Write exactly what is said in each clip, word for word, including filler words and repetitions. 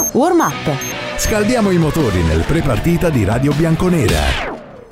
Warm Up. Scaldiamo i motori nel pre-partita di Radio Bianconera.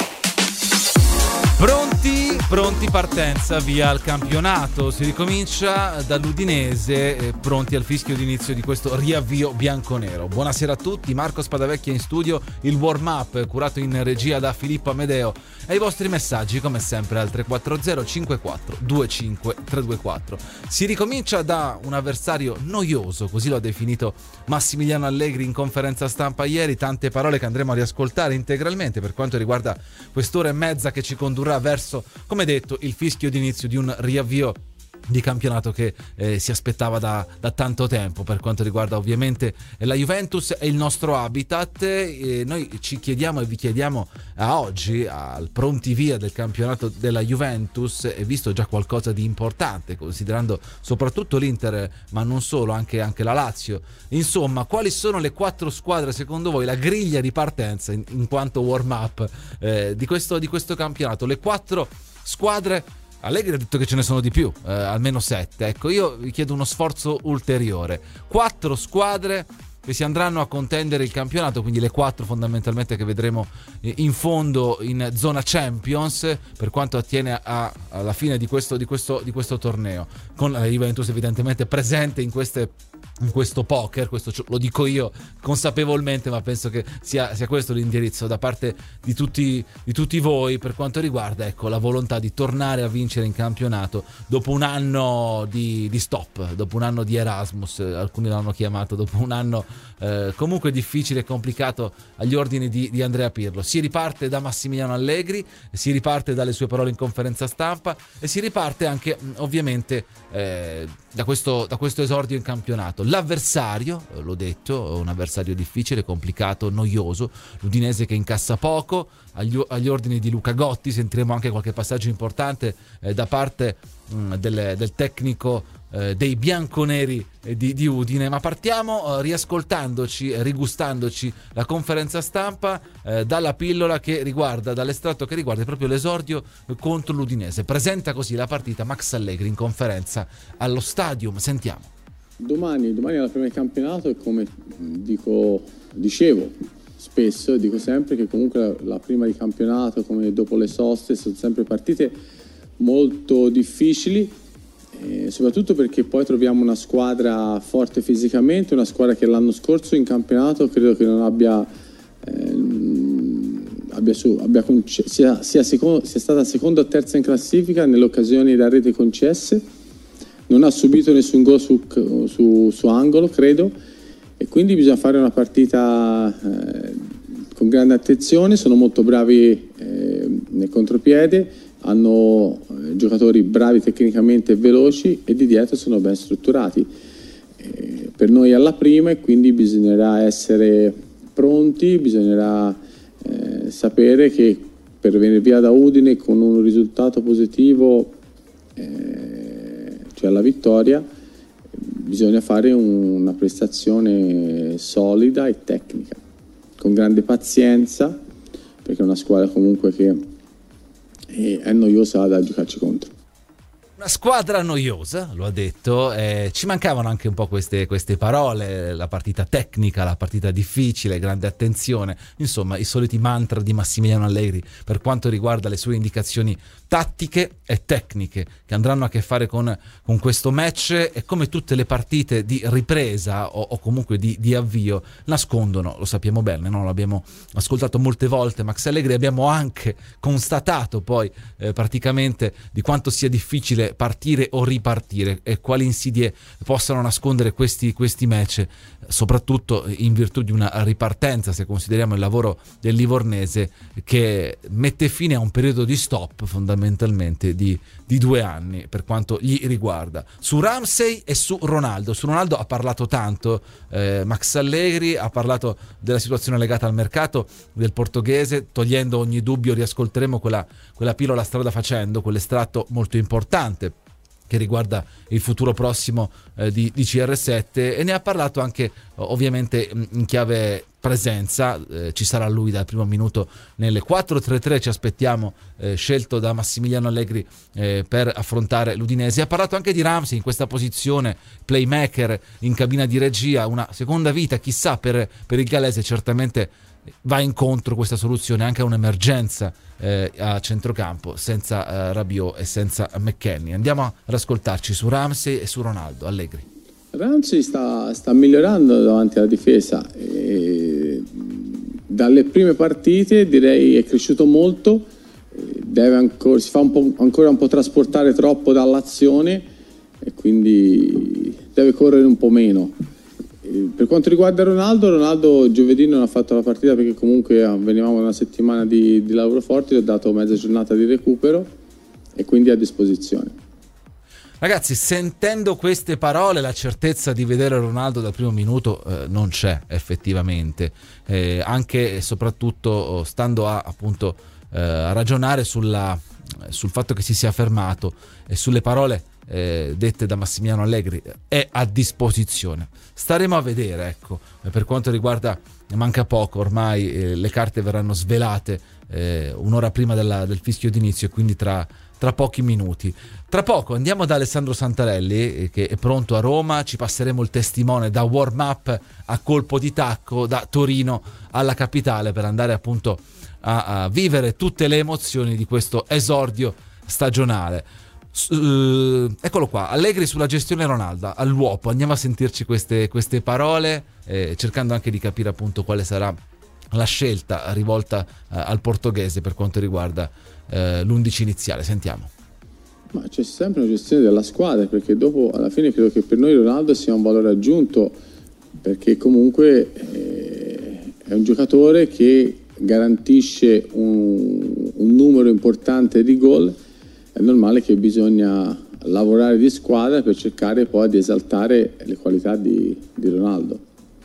Pronti, pronti partenza via il campionato, si ricomincia dall'Udinese, eh, pronti al fischio d'inizio di questo riavvio bianconero. Buonasera a tutti, Marco Spadavecchia in studio, il warm up curato in regia da Filippo Amedeo e i vostri messaggi come sempre al tre quattro zero cinque quattro due cinque tre due quattro. Si ricomincia da un avversario noioso, così lo ha definito Massimiliano Allegri in conferenza stampa ieri, tante parole che andremo a riascoltare integralmente per quanto riguarda quest'ora e mezza che ci condurrà verso, come detto, il fischio d'inizio di un riavvio di campionato che eh, si aspettava da, da tanto tempo. Per quanto riguarda ovviamente la Juventus è il nostro habitat, e noi ci chiediamo e vi chiediamo a oggi, al pronti via del campionato della Juventus, è visto già qualcosa di importante considerando soprattutto l'Inter ma non solo, anche, anche la Lazio, insomma quali sono le quattro squadre secondo voi, la griglia di partenza in, in quanto warm up eh, di, questo, di questo campionato, le quattro squadre. Allegri ha detto che ce ne sono di più, eh, almeno sette. Ecco, io vi chiedo uno sforzo ulteriore. Quattro squadre che si andranno a contendere il campionato, quindi le quattro fondamentalmente che vedremo in fondo in zona Champions per quanto attiene a, alla fine di questo, di, questo, di questo torneo, con la Juventus evidentemente presente in queste in questo poker, questo lo dico io consapevolmente, ma penso che sia, sia questo l'indirizzo da parte di tutti, di tutti voi per quanto riguarda, ecco, la volontà di tornare a vincere in campionato dopo un anno di, di stop, dopo un anno di Erasmus, alcuni l'hanno chiamato, dopo un anno eh, comunque difficile e complicato agli ordini di, di Andrea Pirlo. Si riparte da Massimiliano Allegri, si riparte dalle sue parole in conferenza stampa e si riparte anche ovviamente eh, da questo, da questo esordio in campionato. L'avversario, l'ho detto, è un avversario difficile, complicato, noioso, l'Udinese che incassa poco, agli, agli ordini di Luca Gotti. Sentiremo anche qualche passaggio importante eh, da parte mh, del, del tecnico eh, dei bianconeri eh, di, di Udine, ma partiamo eh, riascoltandoci, rigustandoci la conferenza stampa eh, dalla pillola che riguarda, dall'estratto che riguarda proprio l'esordio contro l'Udinese. Presenta così la partita Max Allegri in conferenza allo Stadium, sentiamo. Domani, domani è la prima di campionato e come dico, dicevo spesso, dico sempre che comunque la prima di campionato, come dopo le soste, sono sempre partite molto difficili, eh, soprattutto perché poi troviamo una squadra forte fisicamente, una squadra che l'anno scorso in campionato credo che non abbia, eh, abbia, su, abbia conce- sia, sia, secondo, sia stata seconda o terza in classifica nelle occasioni da rete concesse. Non ha subito nessun gol su, su, su angolo, credo, e quindi bisogna fare una partita eh, con grande attenzione. Sono molto bravi eh, nel contropiede, hanno eh, giocatori bravi tecnicamente e veloci e di dietro sono ben strutturati. Eh, per noi è alla prima e quindi bisognerà essere pronti, bisognerà eh, sapere che per venire via da Udine con un risultato positivo, eh, cioè la vittoria, bisogna fare un, una prestazione solida e tecnica, con grande pazienza, perché è una squadra comunque che è, è noiosa da giocarci contro. Una squadra noiosa, lo ha detto, eh, ci mancavano anche un po' queste, queste parole, la partita tecnica, la partita difficile, grande attenzione, insomma i soliti mantra di Massimiliano Allegri per quanto riguarda le sue indicazioni tattiche e tecniche che andranno a che fare con, con questo match, e come tutte le partite di ripresa o, o comunque di, di avvio nascondono, lo sappiamo bene, no? L'abbiamo ascoltato molte volte Max Allegri, abbiamo anche constatato poi eh, praticamente di quanto sia difficile partire o ripartire e quali insidie possano nascondere questi, questi match, soprattutto in virtù di una ripartenza, se consideriamo il lavoro del livornese che mette fine a un periodo di stop fondamentalmente di, di due anni per quanto gli riguarda. Su Ramsey e su Ronaldo, su Ronaldo ha parlato tanto eh, Max Allegri, ha parlato della situazione legata al mercato del portoghese, togliendo ogni dubbio riascolteremo quella, quella pillola strada facendo, quell'estratto molto importante che riguarda il futuro prossimo eh, di, di C R sette, e ne ha parlato anche ovviamente in chiave presenza, eh, ci sarà lui dal primo minuto nelle quattro tre tre, ci aspettiamo, eh, scelto da Massimiliano Allegri eh, per affrontare l'Udinese. Ha parlato anche di Ramsey in questa posizione, playmaker in cabina di regia, una seconda vita chissà per, per il gallese. Certamente va incontro questa soluzione anche a un'emergenza eh, a centrocampo senza eh, Rabiot e senza McKennie. Andiamo ad ascoltarci su Ramsey e su Ronaldo. Allegri. Ramsey sta, sta migliorando davanti alla difesa e dalle prime partite direi è cresciuto molto, deve ancora, si fa un po', ancora un po' trasportare troppo dall'azione e quindi deve correre un po' meno. Per quanto riguarda Ronaldo, Ronaldo giovedì non ha fatto la partita perché comunque venivamo da una settimana di, di lavoro forte, gli ho dato mezza giornata di recupero e quindi è a disposizione. Ragazzi, sentendo queste parole la certezza di vedere Ronaldo dal primo minuto eh, non c'è effettivamente, eh, anche e soprattutto stando a appunto eh, a ragionare sulla, sul fatto che si sia fermato e sulle parole eh, dette da Massimiliano Allegri, è a disposizione. Staremo a vedere, ecco, per quanto riguarda, manca poco, ormai eh, le carte verranno svelate eh, un'ora prima della, del fischio d'inizio e quindi tra tra pochi minuti. Tra poco andiamo da Alessandro Santarelli che è pronto a Roma, ci passeremo il testimone da warm up a colpo di tacco da Torino alla capitale per andare appunto a, a vivere tutte le emozioni di questo esordio stagionale. Uh, eccolo qua, Allegri sulla gestione Ronaldo all'uopo. Andiamo a sentirci queste, queste parole eh, cercando anche di capire appunto quale sarà la scelta rivolta eh, al portoghese per quanto riguarda eh, l'undici iniziale. Sentiamo. Ma c'è sempre una gestione della squadra, perché dopo alla fine credo che per noi Ronaldo sia un valore aggiunto, perché comunque eh, è un giocatore che garantisce un, un numero importante di gol. È normale che bisogna lavorare di squadra per cercare poi di esaltare le qualità di, di Ronaldo.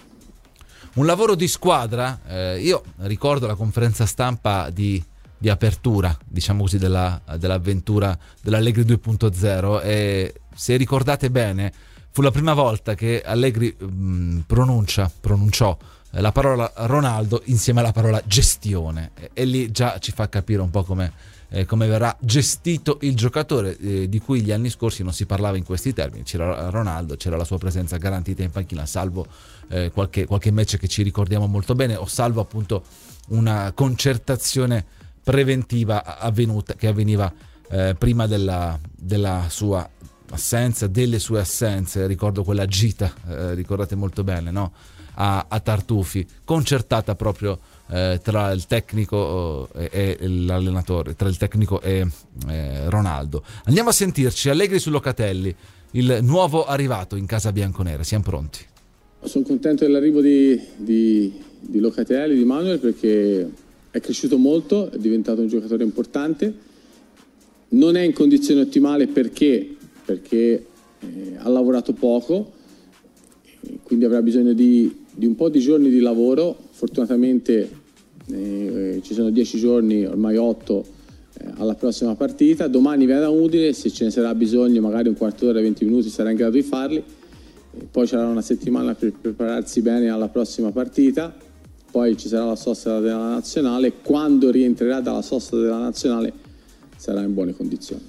Un lavoro di squadra, eh, io ricordo la conferenza stampa di, di apertura, diciamo così, della, dell'avventura dell'Allegri due punto zero e se ricordate bene fu la prima volta che Allegri mh, pronuncia, pronunciò eh, la parola Ronaldo insieme alla parola gestione e, e lì già ci fa capire un po' come, eh, come verrà gestito il giocatore eh, di cui gli anni scorsi non si parlava in questi termini. C'era Ronaldo, c'era la sua presenza garantita in panchina, salvo Eh, qualche, qualche match che ci ricordiamo molto bene, o salvo appunto una concertazione preventiva avvenuta che avveniva eh, prima della, della sua assenza, delle sue assenze. Ricordo quella gita, eh, ricordate molto bene, no? A, a Tartufi, concertata proprio eh, tra il tecnico e, e l'allenatore, tra il tecnico e eh, Ronaldo. Andiamo a sentirci Allegri su Locatelli, il nuovo arrivato in casa bianconera. Siamo pronti. Sono contento dell'arrivo di, di, di Locatelli, di Manuel, perché è cresciuto molto, è diventato un giocatore importante. Non è in condizione ottimale perché, perché eh, ha lavorato poco, quindi avrà bisogno di, di un po' di giorni di lavoro. Fortunatamente eh, ci sono dieci giorni, ormai otto, eh, alla prossima partita. Domani viene da Udine, se ce ne sarà bisogno magari un quarto d'ora, venti minuti sarà in grado di farli. Poi ci sarà una settimana per prepararsi bene alla prossima partita, poi ci sarà la sosta della nazionale. Quando rientrerà dalla sosta della nazionale sarà in buone condizioni.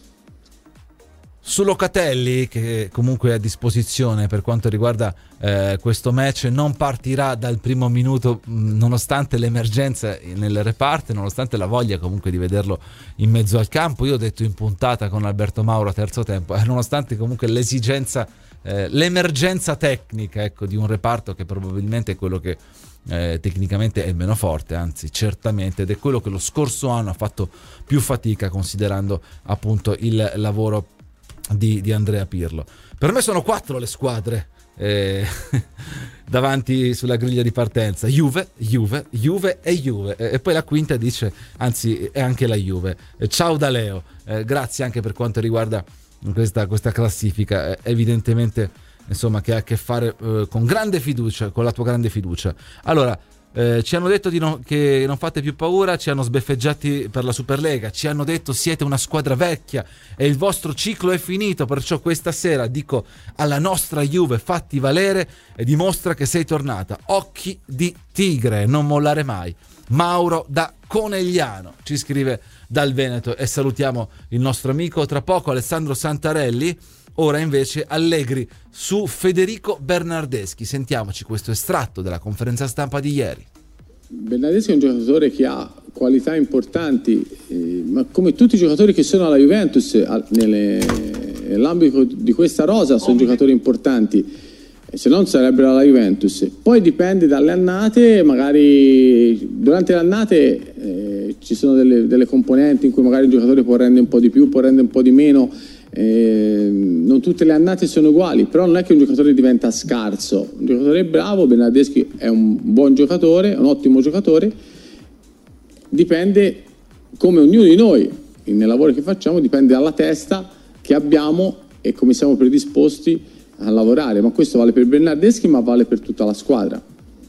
Su Locatelli, che comunque è a disposizione per quanto riguarda eh, questo match, non partirà dal primo minuto mh, nonostante l'emergenza nel reparto, nonostante la voglia comunque di vederlo in mezzo al campo. Io ho detto in puntata con Alberto Mauro a terzo tempo, eh, nonostante comunque l'esigenza, eh, l'emergenza tecnica, ecco, di un reparto che probabilmente è quello che eh, tecnicamente è meno forte, anzi certamente, ed è quello che lo scorso anno ha fatto più fatica considerando appunto il lavoro Di, di Andrea Pirlo. Per me sono quattro le squadre eh, davanti sulla griglia di partenza: Juve, Juve, Juve e Juve, e poi la quinta dice, anzi è anche la Juve. Ciao da Leo, eh, grazie anche per quanto riguarda questa, questa classifica, eh, evidentemente insomma che ha a che fare eh, con grande fiducia, con la tua grande fiducia. Allora, Eh, ci hanno detto di non, che non fate più paura, ci hanno sbeffeggiati per la Superlega, ci hanno detto siete una squadra vecchia e il vostro ciclo è finito, perciò questa sera dico alla nostra Juve fatti valere e dimostra che sei tornata. Occhi di tigre, non mollare mai. Mauro da Conegliano ci scrive dal Veneto e salutiamo il nostro amico. Tra poco Alessandro Santarelli. Ora invece Allegri su Federico Bernardeschi. Sentiamoci questo estratto della conferenza stampa di ieri. Bernardeschi è un giocatore che ha qualità importanti, eh, ma come tutti i giocatori che sono alla Juventus, a, nelle, nell'ambito di questa rosa sono giocatori importanti, eh, se non sarebbero alla Juventus. Poi dipende dalle annate, magari durante le annate eh, ci sono delle, delle componenti in cui magari il giocatore può rendere un po' di più, può rendere un po' di meno. Eh, non tutte le annate sono uguali, però non è che un giocatore diventa scarso. Un giocatore bravo, Bernardeschi è un buon giocatore, un ottimo giocatore. Dipende, come ognuno di noi nel lavoro che facciamo, dipende dalla testa che abbiamo e come siamo predisposti a lavorare. Ma questo vale per Bernardeschi, ma vale per tutta la squadra.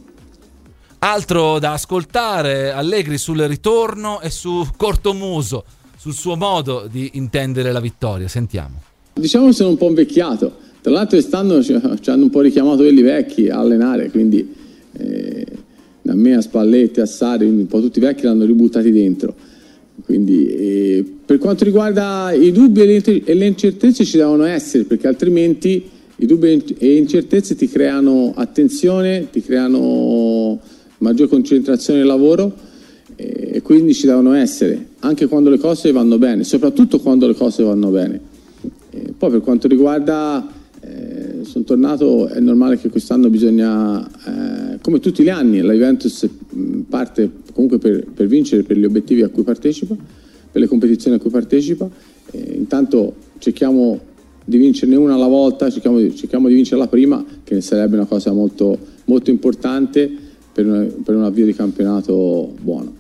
Altro da ascoltare, Allegri sul ritorno e su Cortomuso, sul suo modo di intendere la vittoria. Sentiamo. Diciamo che sono un po' invecchiato. Tra l'altro quest'anno ci hanno un po' richiamato quelli vecchi a allenare, quindi eh, da me a Spalletti, a Sarri, un po' tutti i vecchi l'hanno ributtati dentro. Quindi eh, per quanto riguarda i dubbi e le incertezze ci devono essere, perché altrimenti i dubbi e le incertezze ti creano attenzione, ti creano maggior concentrazione nel lavoro, e quindi ci devono essere anche quando le cose vanno bene, soprattutto quando le cose vanno bene. E poi per quanto riguarda eh, sono tornato, è normale che quest'anno bisogna eh, come tutti gli anni la Juventus parte comunque per, per vincere, per gli obiettivi a cui partecipa, per le competizioni a cui partecipa. E intanto cerchiamo di vincerne una alla volta, cerchiamo di, cerchiamo di vincerla prima, che ne sarebbe una cosa molto, molto importante per, una, per un avvio di campionato buono.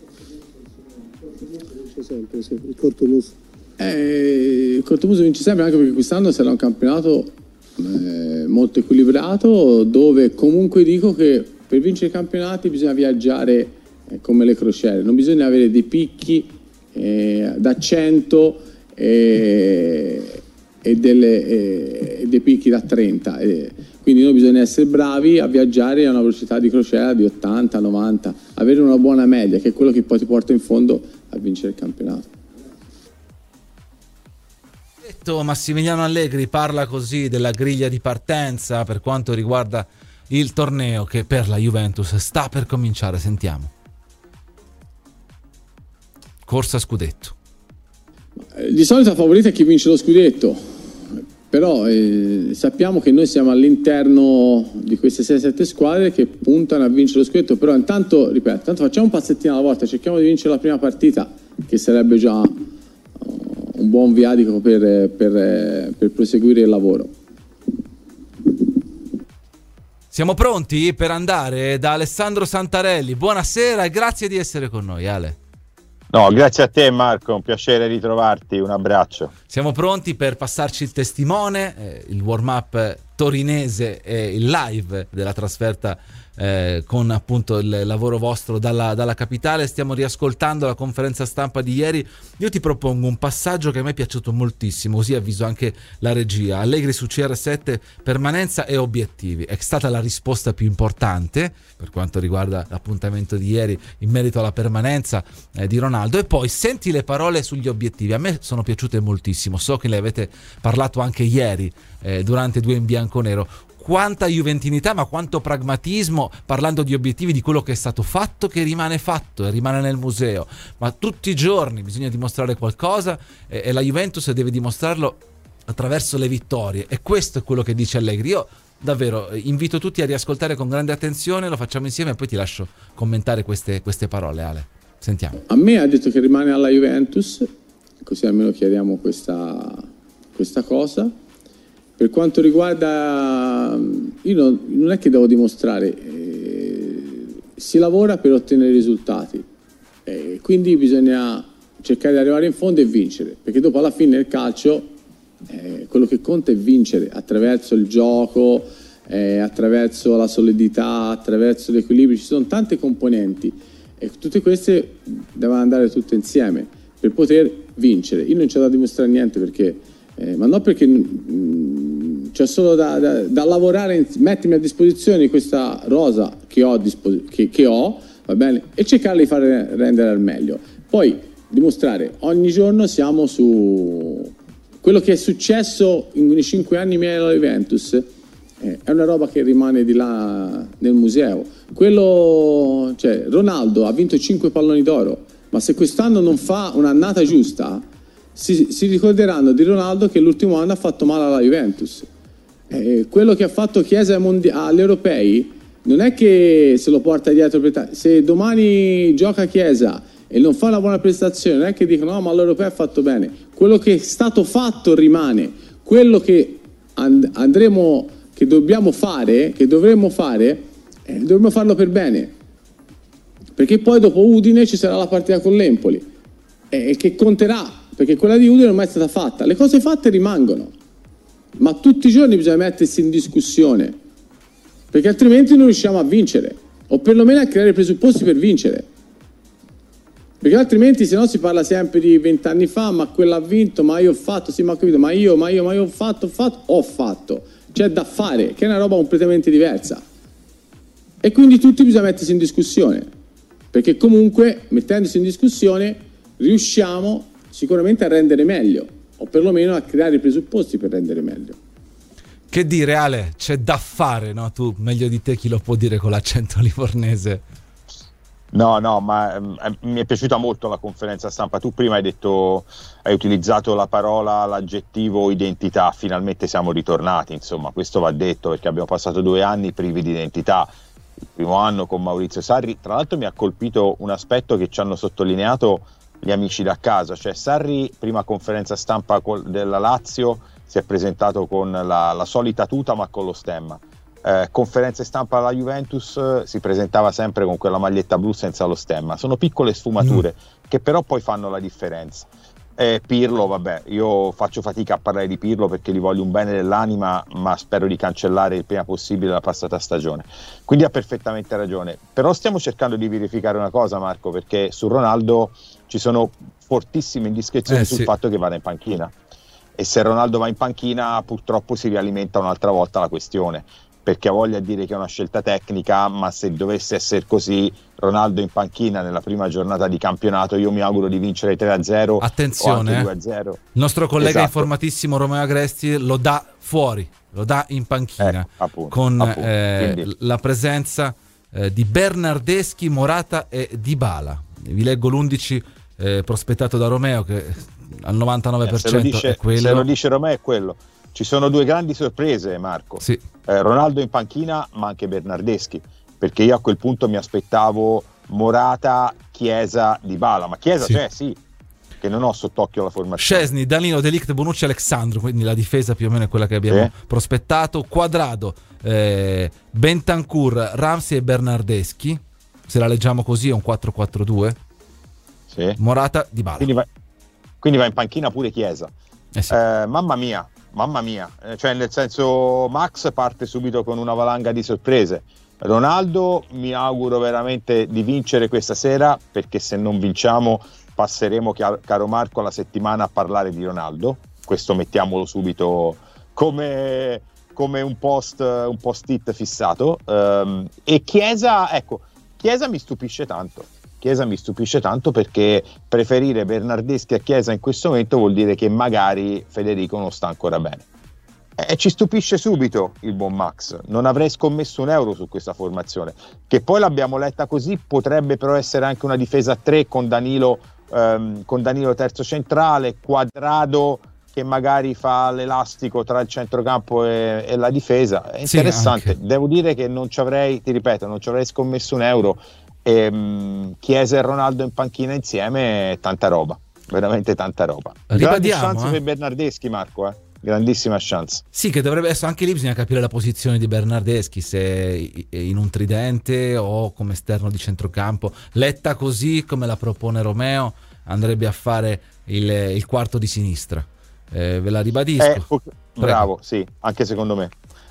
Sempre, sì. Il Cortomuso eh, il Cortomuso vince sempre, anche perché quest'anno sarà un campionato eh, molto equilibrato, dove comunque dico che per vincere i campionati bisogna viaggiare eh, come le crociere, non bisogna avere dei picchi eh, da cento eh, e, delle, eh, e dei picchi da trenta, eh, quindi noi bisogna essere bravi a viaggiare a una velocità di crociera di ottanta novanta, avere una buona media, che è quello che poi ti porta in fondo a vincere il campionato. Detto Massimiliano Allegri parla così della griglia di partenza per quanto riguarda il torneo che per la Juventus sta per cominciare. Sentiamo. Corsa scudetto. Di solito la favorita è chi vince lo scudetto, però eh, sappiamo che noi siamo all'interno di queste sei sette squadre che puntano a vincere lo scudetto, però intanto, ripeto, intanto facciamo un passettino alla volta, cerchiamo di vincere la prima partita, che sarebbe già uh, un buon viatico per, per, per proseguire il lavoro. Siamo pronti per andare da Alessandro Santarelli. Buonasera e grazie di essere con noi, Ale. No, grazie a te Marco, un piacere ritrovarti, un abbraccio. Siamo pronti per passarci il testimone, eh, il warm-up torinese e il live della trasferta eh, con appunto il lavoro vostro dalla, dalla capitale. Stiamo riascoltando la conferenza stampa di ieri. Io ti propongo un passaggio che a me è piaciuto moltissimo, così avviso anche la regia. Allegri su C R sette, permanenza e obiettivi. È stata la risposta più importante per quanto riguarda l'appuntamento di ieri in merito alla permanenza eh, di Ronaldo. E poi senti le parole sugli obiettivi, a me sono piaciute moltissimo, so che le avete parlato anche ieri eh, durante Due in Bianconero. Quanta juventinità, ma quanto pragmatismo, parlando di obiettivi, di quello che è stato fatto, che rimane fatto e rimane nel museo. Ma tutti i giorni bisogna dimostrare qualcosa e, e la Juventus deve dimostrarlo attraverso le vittorie, e questo è quello che dice Allegri. Io davvero invito tutti a riascoltare con grande attenzione, lo facciamo insieme e poi ti lascio commentare queste, queste parole, Ale. Sentiamo. A me ha detto che rimane alla Juventus, così almeno chiariamo questa, questa cosa. Per quanto riguarda, io non, non è che devo dimostrare, eh, si lavora per ottenere risultati, eh, quindi bisogna cercare di arrivare in fondo e vincere, perché dopo alla fine nel calcio eh, quello che conta è vincere attraverso il gioco, eh, attraverso la solidità, attraverso l'equilibrio, ci sono tante componenti e tutte queste devono andare tutte insieme per poter vincere. Io non c'ho da dimostrare niente perché, eh, ma non perché mh, c'è solo da, da, da lavorare, mettermi a disposizione questa rosa che ho, dispo- che, che ho, va bene, e cercare di fare rendere al meglio. Poi dimostrare ogni giorno siamo su quello che è successo nei cinque anni miei alla Juventus, eh, è una roba che rimane di là nel museo. Quello, cioè, Ronaldo ha vinto cinque palloni d'oro, ma se quest'anno non fa un'annata giusta si, si ricorderanno di Ronaldo che l'ultimo anno ha fatto male alla Juventus. Eh, quello che ha fatto Chiesa mondi- agli europei non è che se lo porta dietro per se domani gioca Chiesa e non fa una buona prestazione non è che dicono no ma all'europeo ha fatto bene. Quello che è stato fatto rimane, quello che and- andremo che dobbiamo fare, che dovremmo fare, eh, dovremmo farlo per bene, perché poi dopo Udine ci sarà la partita con l'Empoli, eh, che conterà, perché quella di Udine non è mai stata fatta. Le cose fatte rimangono, ma tutti i giorni bisogna mettersi in discussione, perché altrimenti non riusciamo a vincere, o perlomeno a creare i presupposti per vincere, perché altrimenti se no si parla sempre di vent'anni fa, ma quello ha vinto, ma io ho fatto, sì ma ho capito, ma io, ma io, ma io ho fatto, ho fatto, ho fatto, c'è da fare, che è una roba completamente diversa, e quindi tutti bisogna mettersi in discussione, perché comunque mettendosi in discussione riusciamo sicuramente a rendere meglio, o perlomeno a creare i presupposti per rendere meglio. Che dire, Ale, c'è da fare, no? Tu meglio di te chi lo può dire con l'accento livornese? No, no, ma eh, mi è piaciuta molto la conferenza stampa. Tu prima hai detto, hai utilizzato la parola, l'aggettivo identità. Finalmente siamo ritornati, insomma, questo va detto, perché abbiamo passato due anni privi di identità. Il primo anno con Maurizio Sarri, tra l'altro mi ha colpito un aspetto che ci hanno sottolineato gli amici da casa, cioè Sarri, prima conferenza stampa della Lazio, si è presentato con la, la solita tuta ma con lo stemma. Eh, conferenze stampa alla Juventus eh, si presentava sempre con quella maglietta blu senza lo stemma. Sono piccole sfumature mm. che però poi fanno la differenza. Eh, Pirlo, vabbè, io faccio fatica a parlare di Pirlo perché gli voglio un bene dell'anima, ma spero di cancellare il prima possibile la passata stagione, quindi ha perfettamente ragione. Però stiamo cercando di verificare una cosa, Marco, perché su Ronaldo ci sono fortissime indiscrezioni eh, sul sì. fatto che vada in panchina, e se Ronaldo va in panchina purtroppo si rialimenta un'altra volta la questione, perché ha voglia di dire che è una scelta tecnica, ma se dovesse essere così, Ronaldo in panchina nella prima giornata di campionato, io mi auguro di vincere tre a zero. Attenzione, o anche due a zero. Il nostro collega esatto. informatissimo Romeo Agresti lo dà fuori, lo dà in panchina, eh, appunto, con appunto. Eh, Quindi... la presenza eh, di Bernardeschi, Morata e Dybala. Vi leggo l'undici eh, prospettato da Romeo, che al novantanove per cento eh, se lo dice, è quello. Se lo dice Romeo è quello. Ci sono due grandi sorprese, Marco. Sì. Eh, Ronaldo in panchina, ma anche Bernardeschi, perché io a quel punto mi aspettavo Morata, Chiesa, Dybala, ma Chiesa sì. c'è, sì, che non ho sott'occhio la formazione. Szczesny, Danilo, De Ligt, Bonucci, Alexandro, quindi la difesa più o meno è quella che abbiamo sì. prospettato. Quadrado, eh, Bentancur, Ramsey e Bernardeschi, se la leggiamo così è un quattro quattro due. Sì. Morata, Dybala. Quindi va, quindi va in panchina pure Chiesa. Eh sì. eh, mamma mia, mamma mia, eh, cioè nel senso Max parte subito con una valanga di sorprese. Ronaldo mi auguro veramente di vincere questa sera, perché se non vinciamo passeremo, caro Marco, la settimana a parlare di Ronaldo. Questo mettiamolo subito come, come un post un post-it fissato. Um, e Chiesa, ecco, Chiesa mi stupisce tanto. Chiesa mi stupisce tanto perché preferire Bernardeschi a Chiesa in questo momento vuol dire che magari Federico non sta ancora bene. E ci stupisce subito il buon Max. Non avrei scommesso un euro su questa formazione, che poi l'abbiamo letta così. Potrebbe però essere anche una difesa a tre con Danilo, ehm, con Danilo terzo centrale, Quadrado che magari fa l'elastico tra il centrocampo e, e la difesa. È interessante. Sì, devo dire che non ci avrei, ti ripeto, non ci avrei scommesso un euro. E, um, Chiesa e Ronaldo in panchina insieme, tanta roba, veramente tanta roba. Grande chance eh? per Bernardeschi, Marco, eh? Grandissima chance. Sì, che dovrebbe essere, anche lì bisogna capire la posizione di Bernardeschi, se in un tridente o come esterno di centrocampo. Letta così come la propone Romeo andrebbe a fare il, il quarto di sinistra, eh, ve la ribadisco. Eh, bravo, sì, anche secondo me.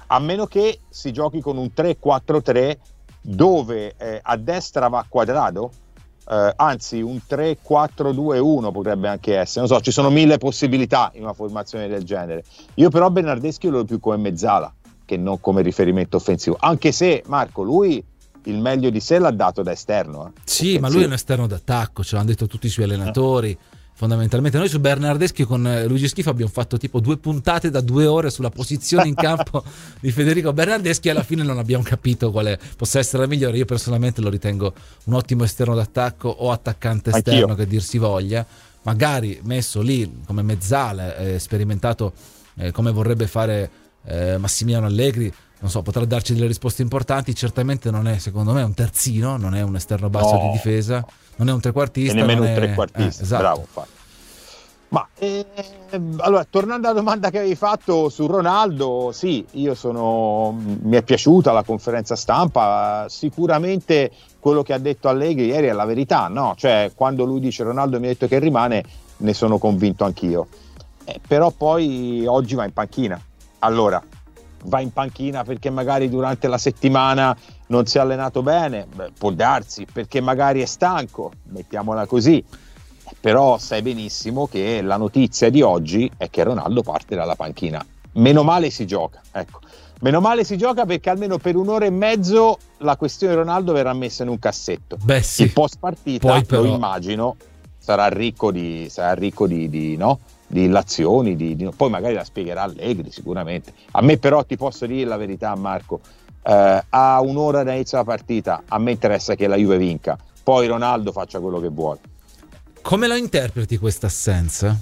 a meno che si giochi con un tre quattro tre dove eh, a destra va Quadrado, eh, anzi un tre quattro due uno potrebbe anche essere, non so, ci sono mille possibilità in una formazione del genere. Io però Bernardeschi lo vedo più come mezzala che non come riferimento offensivo, anche se Marco, lui il meglio di sé l'ha dato da esterno. Eh, sì, offensivo. Ma lui è un esterno d'attacco, ce l'hanno detto tutti i suoi allenatori. Eh. Fondamentalmente noi su Bernardeschi con Luigi Schifo abbiamo fatto tipo due puntate da due ore sulla posizione in campo di Federico Bernardeschi e alla fine non abbiamo capito quale possa essere la migliore. Io personalmente lo ritengo un ottimo esterno d'attacco o attaccante esterno, anch'io, che dir si voglia, magari messo lì come mezzala, eh, sperimentato eh, come vorrebbe fare eh, Massimiliano Allegri, non so, potrà darci delle risposte importanti. Certamente non è, secondo me, un terzino, non è un esterno basso, no, di difesa, non è un trequartista, e nemmeno non un è... trequartista, eh, esatto. Bravo, infatti. Ma eh, allora, tornando alla domanda che avevi fatto su Ronaldo, sì, io sono, mi è piaciuta la conferenza stampa, sicuramente quello che ha detto Allegri ieri è la verità, no? Cioè, quando lui dice Ronaldo mi ha detto che rimane, ne sono convinto anch'io, eh, però poi oggi va in panchina. Allora, va in panchina perché magari durante la settimana non si è allenato bene? Beh, può darsi, perché magari è stanco, mettiamola così. Però sai benissimo che la notizia di oggi è che Ronaldo parte dalla panchina. Meno male si gioca, ecco. Meno male si gioca perché almeno per un'ora e mezzo la questione Ronaldo verrà messa in un cassetto. Beh, sì. Il post partita, Poi però... lo immagino, sarà ricco di, sarà ricco di, di, no? di illazioni, di, di, poi magari la spiegherà Allegri sicuramente. A me però, ti posso dire la verità, Marco, eh, a un'ora dall'inizio della partita a me interessa che la Juve vinca, poi Ronaldo faccia quello che vuole. Come lo interpreti questa assenza?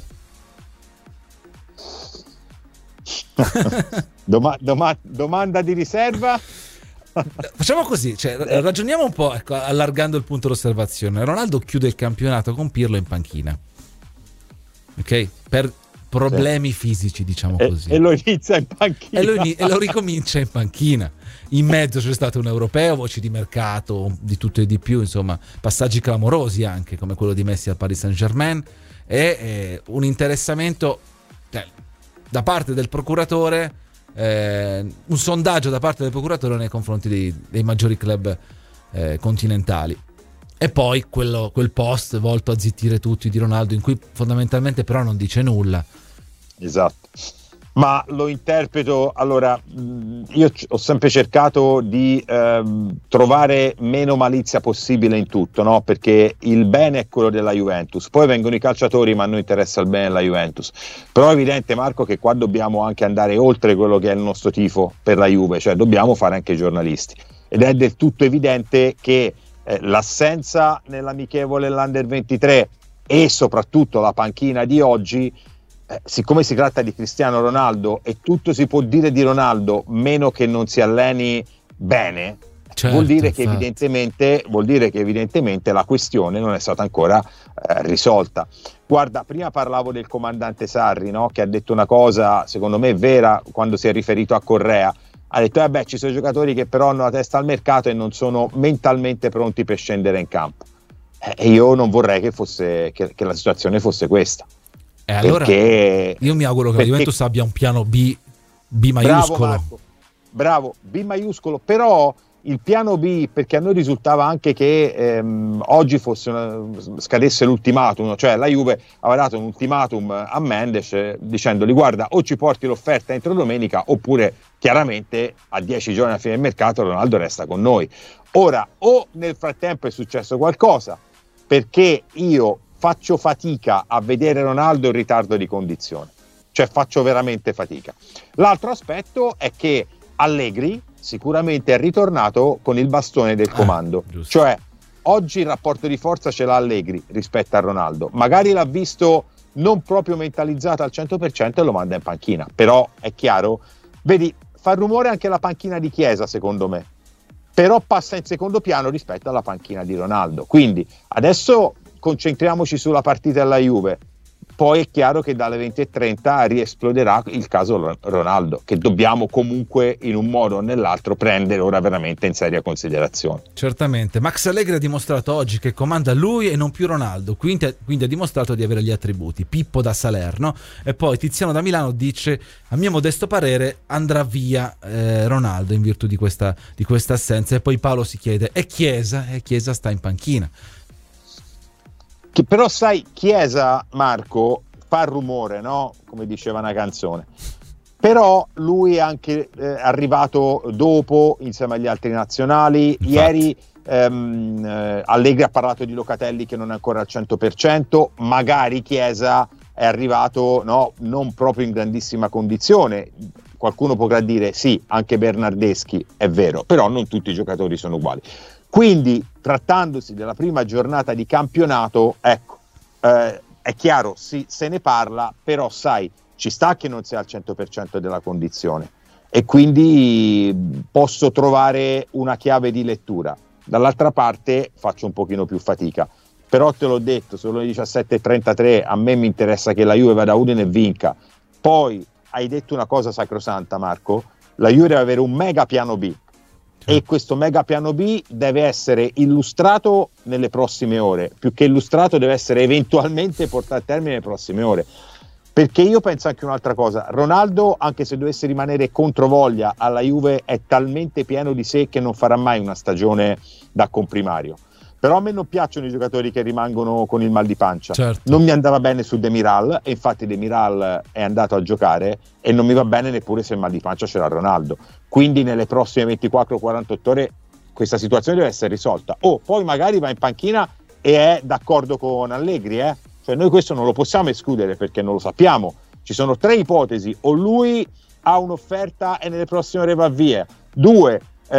Doma- doma- domanda di riserva? Facciamo così, cioè, ragioniamo un po', ecco, allargando il punto d'osservazione. Ronaldo chiude il campionato con Pirlo in panchina, ok? Per problemi sì. fisici, diciamo e, così. E lo inizia in panchina. E lo, in- e lo ricomincia in panchina. In mezzo c'è stato un europeo, voci di mercato, di tutto e di più, insomma, passaggi clamorosi anche, come quello di Messi al Paris Saint-Germain, e eh, un interessamento eh, da parte del procuratore, eh, un sondaggio da parte del procuratore nei confronti dei, dei maggiori club eh, continentali. E poi quello, quel post volto a zittire tutti di Ronaldo, in cui fondamentalmente però non dice nulla. Esatto. Ma lo interpreto, allora, io ho sempre cercato di ehm, trovare meno malizia possibile in tutto, no? Perché il bene è quello della Juventus, poi vengono i calciatori, ma a noi interessa il bene della Juventus. Però è evidente, Marco, che qua dobbiamo anche andare oltre quello che è il nostro tifo per la Juve, cioè dobbiamo fare anche i giornalisti, ed è del tutto evidente che eh, l'assenza nell'amichevole dell'Under ventitré e soprattutto la panchina di oggi, Eh, siccome si tratta di Cristiano Ronaldo e tutto si può dire di Ronaldo meno che non si alleni bene, certo, vuol dire che evidentemente vuol dire che evidentemente la questione non è stata ancora eh, risolta. Guarda, prima parlavo del comandante Sarri, no? Che ha detto una cosa secondo me vera quando si è riferito a Correa. Ha detto eh beh, ci sono giocatori che però hanno la testa al mercato e non sono mentalmente pronti per scendere in campo, eh, e io non vorrei che fosse che, che la situazione fosse questa. E allora perché, io mi auguro che perché, la Juventus abbia un piano B, B maiuscolo. Bravo, Marco, bravo, B maiuscolo, però il piano B, perché a noi risultava anche che ehm, oggi fosse una, scadesse l'ultimatum, cioè la Juve aveva dato un ultimatum a Mendes eh, dicendogli guarda, o ci porti l'offerta entro domenica oppure chiaramente a dieci giorni alla fine del mercato Ronaldo resta con noi. Ora, o nel frattempo è successo qualcosa, perché io faccio fatica a vedere Ronaldo in ritardo di condizione, cioè faccio veramente fatica. L'altro aspetto è che Allegri sicuramente è ritornato con il bastone del comando, ah, cioè oggi il rapporto di forza ce l'ha Allegri rispetto a Ronaldo, magari l'ha visto non proprio mentalizzato al cento per cento e lo manda in panchina, però è chiaro, vedi, fa rumore anche la panchina di Chiesa secondo me, però passa in secondo piano rispetto alla panchina di Ronaldo, quindi adesso concentriamoci sulla partita della Juve. poi è chiaro che dalle venti e trenta riesploderà il caso Ronaldo, che dobbiamo comunque in un modo o nell'altro prendere ora veramente in seria considerazione. Certamente. Max Allegri ha dimostrato oggi che comanda lui e non più Ronaldo, quindi, quindi ha dimostrato di avere gli attributi. Pippo da Salerno. E poi Tiziano da Milano dice: a mio modesto parere andrà via eh, Ronaldo in virtù di questa, di questa assenza. E poi Paolo si chiede: e Chiesa? E Chiesa sta in panchina. Che però sai, Chiesa, Marco, fa rumore, no? Come diceva una canzone. Però lui è anche eh, arrivato dopo insieme agli altri nazionali. Infatti. Ieri ehm, eh, Allegri ha parlato di Locatelli che non è ancora al cento per cento, magari Chiesa è arrivato, no, non proprio in grandissima condizione. Qualcuno potrà dire sì, anche Bernardeschi, è vero, però non tutti i giocatori sono uguali. Quindi, trattandosi della prima giornata di campionato, ecco, eh, è chiaro, sì, se ne parla, però sai, ci sta che non sia al cento per cento della condizione e quindi posso trovare una chiave di lettura. Dall'altra parte faccio un pochino più fatica, però te l'ho detto, sono le diciassette e trentatré, a me mi interessa che la Juve vada a Udine e vinca. Poi hai detto una cosa sacrosanta, Marco, la Juve deve avere un mega piano B. E questo mega piano B deve essere illustrato nelle prossime ore, più che illustrato deve essere eventualmente portato a termine nelle prossime ore, perché io penso anche un'altra cosa: Ronaldo, anche se dovesse rimanere controvoglia alla Juve, è talmente pieno di sé che non farà mai una stagione da comprimario. Però a me non piacciono i giocatori che rimangono con il mal di pancia. Certo. Non mi andava bene su Demiral, e infatti Demiral è andato a giocare, e non mi va bene neppure se il mal di pancia c'era Ronaldo. Quindi nelle prossime ventiquattro quarantotto ore questa situazione deve essere risolta. O oh, poi magari va in panchina e è d'accordo con Allegri, eh? Cioè noi questo non lo possiamo escludere perché non lo sappiamo. Ci sono tre ipotesi: o lui ha un'offerta e nelle prossime ore va via, due,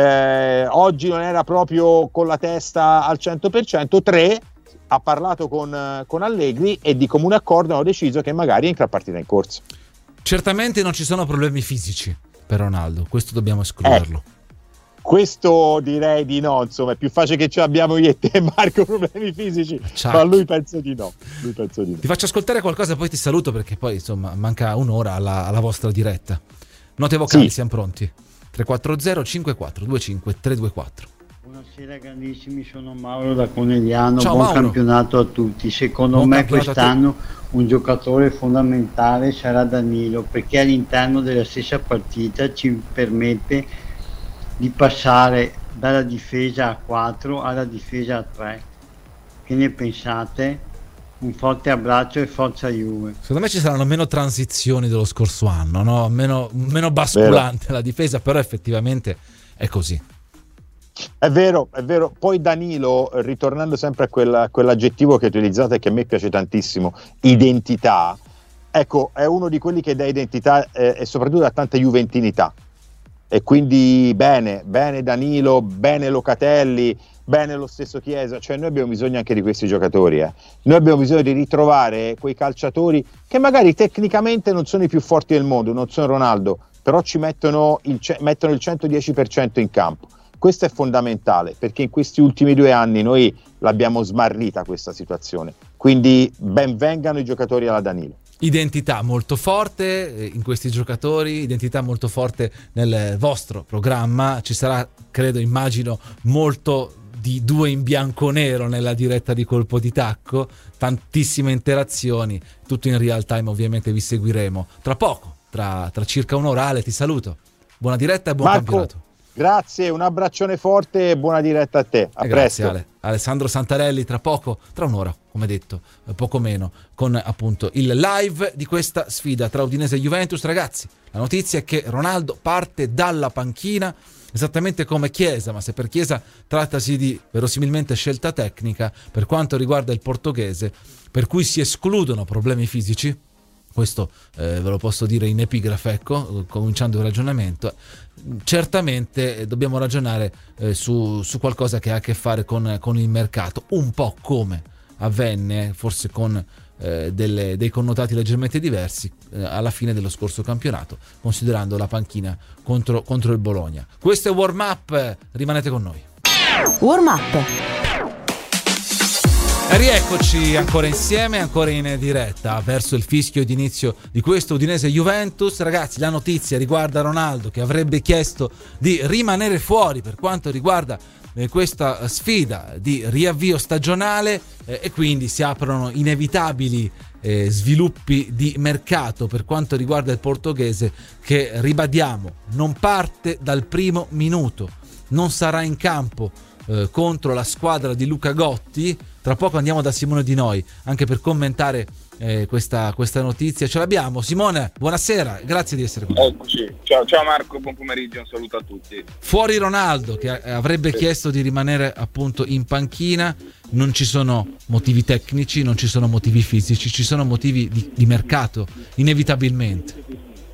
Eh, oggi non era proprio con la testa al cento per cento, tre, ha parlato con, con Allegri e di comune accordo hanno deciso che magari entra a partita in corsa. Certamente non ci sono problemi fisici per Ronaldo, questo dobbiamo escluderlo. Eh, questo direi di no, insomma è più facile che ce l'abbiamo io e te, Marco, problemi fisici, Ciao. Ma lui penso di no. Lui penso di no. Ti faccio ascoltare qualcosa, poi ti saluto perché poi insomma manca un'ora alla, alla vostra diretta. Note vocali, sì. Siamo pronti. tre quattro zero cinque quattro due cinque tre due quattro. Buonasera grandissimi, sono Mauro da Conegliano. Ciao, buon Mauro. Campionato a tutti. Secondo buon me quest'anno un giocatore fondamentale sarà Danilo, perché all'interno della stessa partita ci permette di passare dalla difesa a quattro alla difesa a tre. Che ne pensate? Un forte abbraccio e forza Juve. Secondo me ci saranno meno transizioni dello scorso anno, no? Meno, meno basculante vero. La difesa, però effettivamente è così. È vero, è vero. Poi Danilo, ritornando sempre a quella, quell'aggettivo che utilizzate e che a me piace tantissimo, identità, ecco, è uno di quelli che dà identità eh, e soprattutto dà tanta juventinità. E quindi bene, bene Danilo, bene Locatelli, bene lo stesso Chiesa. Cioè noi abbiamo bisogno anche di questi giocatori, eh. Noi abbiamo bisogno di ritrovare quei calciatori che magari tecnicamente non sono i più forti del mondo, non sono Ronaldo, però ci mettono il, mettono il centodieci per cento in campo. Questo è fondamentale, perché in questi ultimi due anni noi l'abbiamo smarrita questa situazione, quindi ben vengano i giocatori alla Danilo. Identità molto forte in questi giocatori, identità molto forte nel vostro programma. Ci sarà, credo, immagino, molto di due in bianco-nero nella diretta di Colpo di Tacco, tantissime interazioni, tutto in real time. Ovviamente vi seguiremo tra poco, tra, tra circa un'ora. Ale, ti saluto, buona diretta e buon Marco, campionato. Grazie, un abbraccione forte e buona diretta a te. A e presto. Grazie Ale. Alessandro Santarelli tra poco, tra un'ora, come detto, poco meno, con appunto il live di questa sfida tra Udinese e Juventus. Ragazzi, la notizia è che Ronaldo parte dalla panchina esattamente come Chiesa, ma se per Chiesa trattasi di verosimilmente scelta tecnica, per quanto riguarda il portoghese, per cui si escludono problemi fisici, questo eh, ve lo posso dire in epigrafe, ecco, cominciando il ragionamento, certamente dobbiamo ragionare eh, su, su qualcosa che ha a che fare con, con il mercato, un po' come avvenne, forse con eh, delle, dei connotati leggermente diversi, eh, alla fine dello scorso campionato, considerando la panchina contro, contro il Bologna. Questo è Warm Up, rimanete con noi. Warm Up. Rieccoci ancora insieme, ancora in diretta verso il fischio di inizio di questo Udinese Juventus. Ragazzi, la notizia riguarda Ronaldo, che avrebbe chiesto di rimanere fuori per quanto riguarda eh, questa sfida di riavvio stagionale, eh, e quindi si aprono inevitabili eh, sviluppi di mercato per quanto riguarda il portoghese, che, ribadiamo, non parte dal primo minuto, non sarà in campo eh, contro la squadra di Luca Gotti. Tra poco andiamo da Simone Di Noi anche per commentare eh, questa, questa notizia. Ce l'abbiamo. Simone, buonasera, grazie di essere con noi. Eccoci. Ciao, ciao Marco, buon pomeriggio, un saluto a tutti. Fuori Ronaldo, che avrebbe sì. chiesto di rimanere appunto in panchina. Non ci sono motivi tecnici, non ci sono motivi fisici, ci sono motivi di, di mercato, inevitabilmente.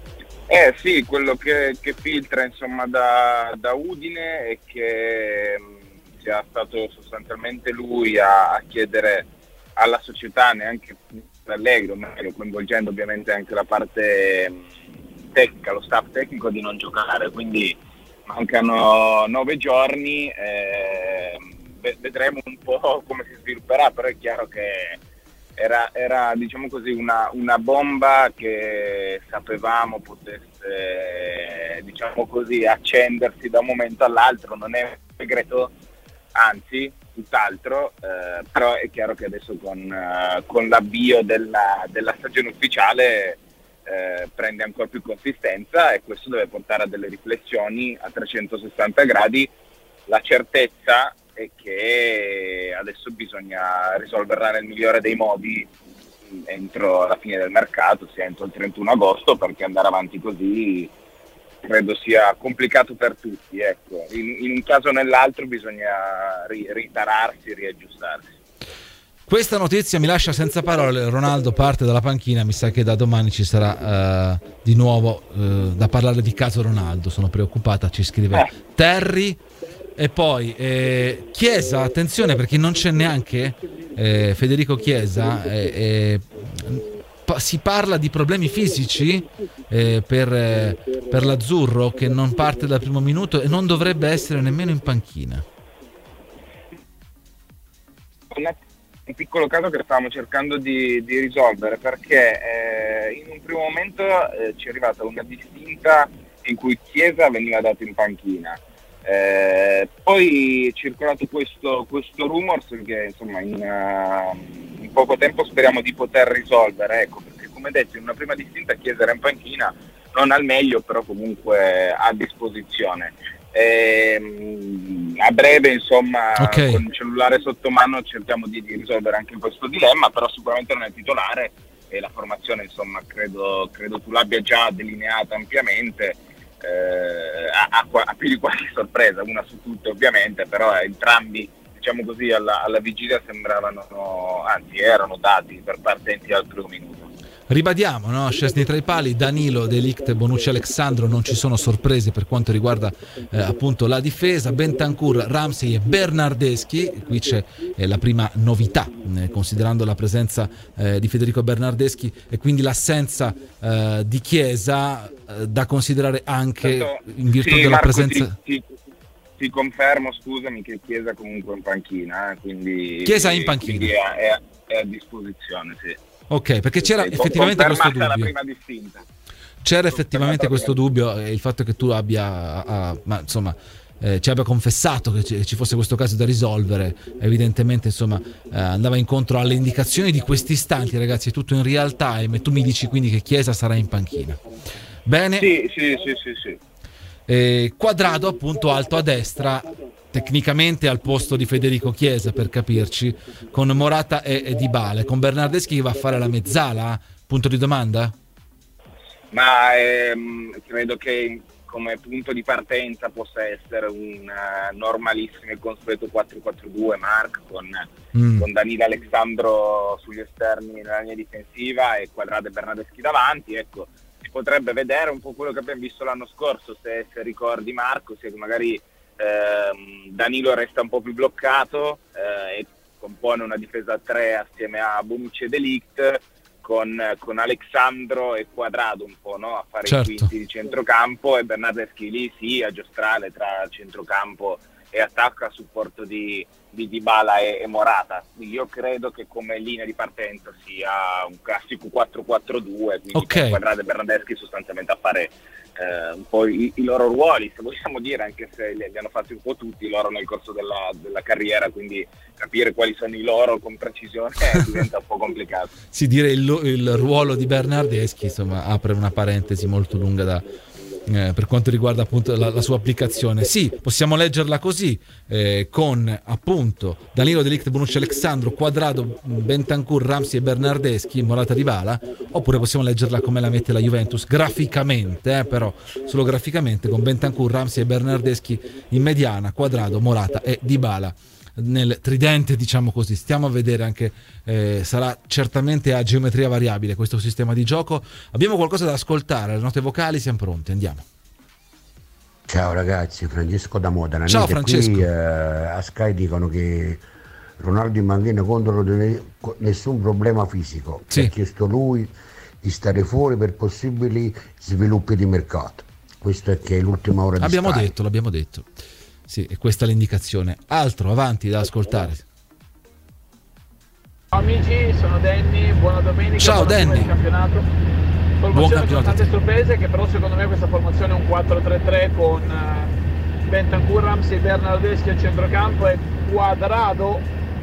Eh sì, quello che, che filtra insomma da, da Udine è che sia stato sostanzialmente lui a, a chiedere alla società, neanche Allegri, meglio, coinvolgendo ovviamente anche la parte tecnica, lo staff tecnico, di non giocare, quindi mancano nove giorni, eh, vedremo un po' come si svilupperà, però è chiaro che era, era diciamo così una, una bomba che sapevamo potesse, diciamo così, accendersi da un momento all'altro. Non è un segreto, anzi tutt'altro, eh, però è chiaro che adesso con, uh, con l'avvio della, della stagione ufficiale eh, prende ancora più consistenza, e questo deve portare a delle riflessioni a trecentosessanta gradi. La certezza è che adesso bisogna risolverla nel migliore dei modi entro la fine del mercato, sia entro il trentuno agosto, perché andare avanti così credo sia complicato per tutti, ecco. In, in un caso o nell'altro bisogna ri, ritararsi, riaggiustarsi. Questa notizia mi lascia senza parole. Ronaldo parte dalla panchina, mi sa che da domani ci sarà uh, di nuovo uh, da parlare di caso Ronaldo. Sono preoccupata, ci scrive eh. Terry. E poi eh, Chiesa, attenzione, perché non c'è neanche eh, Federico Chiesa, eh, eh, pa- si parla di problemi fisici eh, per, eh, per l'Azzurro, che non parte dal primo minuto e non dovrebbe essere nemmeno in panchina. Un piccolo caso che stavamo cercando di, di risolvere, perché eh, in un primo momento eh, ci è arrivata una distinta in cui Chiesa veniva dato in panchina. Eh, poi è circolato questo, questo rumors che insomma in, uh, in poco tempo speriamo di poter risolvere, ecco, perché come detto in una prima distinta Chiesa era in panchina, non al meglio, però comunque a disposizione. Eh, a breve insomma okay. Con il cellulare sotto mano cerchiamo di, di risolvere anche questo dilemma, però sicuramente non è titolare, e la formazione insomma credo, credo tu l'abbia già delineata ampiamente. Eh, a, a, a più di qualche sorpresa, una su tutte ovviamente, però eh, entrambi diciamo così alla, alla vigilia sembravano, no, anzi erano dati per partenti al primo minuto. Ribadiamo, no? Szczesny tra i pali, Danilo, De Ligt, Bonucci, Alexandro, non ci sono sorprese per quanto riguarda eh, appunto la difesa. Bentancur, Ramsey e Bernardeschi, qui c'è eh, la prima novità, eh, considerando la presenza eh, di Federico Bernardeschi e quindi l'assenza eh, di Chiesa, eh, da considerare anche certo, in virtù sì, della Marco, presenza... Ti, ti, ti confermo, scusami, che Chiesa comunque in panchina, eh, quindi... Chiesa in panchina. È, è, è a disposizione, sì. Ok, perché c'era effettivamente questo dubbio. La prima distinta. C'era effettivamente questo dubbio, e il fatto che tu abbia, a, a, ma insomma, eh, ci abbia confessato che ci, ci fosse questo caso da risolvere, evidentemente insomma eh, andava incontro alle indicazioni di questi istanti, ragazzi, è tutto in real time. Tu mi dici quindi che Chiesa sarà in panchina. Bene. Sì, sì, sì, sì, sì. Eh, Quadrado appunto alto a destra, tecnicamente al posto di Federico Chiesa, per capirci, con Morata e, e Dybala, con Bernardeschi che va a fare la mezzala, punto di domanda? Ma ehm, credo che come punto di partenza possa essere un uh, normalissimo e consueto quattro quattro due, Mark, con, mm. con Danilo Alexandro sugli esterni nella linea difensiva e Quadrado e Bernardeschi davanti. Ecco, si potrebbe vedere un po' quello che abbiamo visto l'anno scorso, se, se ricordi Marco, se magari ehm, Danilo resta un po' più bloccato eh, e compone una difesa a tre assieme a Bonucci e De Ligt, con, con Alexandro e Quadrado un po', no? A fare certo. I quinti di centrocampo, e Bernardeschi lì sì, a giostrale tra centrocampo e attacco a supporto di, di Dybala e, e Morata. Io credo che come linea di partenza sia un classico quattro quattro due, quindi okay. con Cuadrado e Bernardeschi sostanzialmente a fare eh, un po' i, i loro ruoli, se vogliamo dire, anche se li, li hanno fatti un po' tutti loro nel corso della, della carriera, quindi capire quali sono i loro con precisione diventa un po' complicato. Sì, dire il, il ruolo di Bernardeschi insomma apre una parentesi molto lunga da Eh, per quanto riguarda appunto la, la sua applicazione. Sì, possiamo leggerla così, eh, con appunto Danilo, De Ligt, Bonucci, Alexandro, Cuadrado, Bentancur, Ramsey e Bernardeschi, Morata, Dybala, oppure possiamo leggerla come la mette la Juventus graficamente, eh, però solo graficamente, con Bentancur, Ramsey e Bernardeschi in mediana, Cuadrado, Morata e Dybala nel tridente, diciamo così. Stiamo a vedere anche, eh, sarà certamente a geometria variabile questo sistema di gioco. Abbiamo qualcosa da ascoltare, le note vocali, siamo pronti, andiamo. Ciao ragazzi, Francesco da Modena. Ciao Francesco. Qui eh, a Sky dicono che Ronaldo in panchina contro nessun problema fisico, sì. Ha chiesto lui di stare fuori per possibili sviluppi di mercato. Questo è che è l'ultima ora di Abbiamo Sky. detto, l'abbiamo detto. Sì, e questa è l'indicazione. Altro avanti da ascoltare. Ciao amici, sono Danny, buona domenica. Ciao buona Danny. Campionato. Formazione Buon campionato con tante sorprese, che però secondo me questa formazione è un quattro tre tre con uh, Bentancur, Ramsey, Bernardeschi a centrocampo e Cuadrado,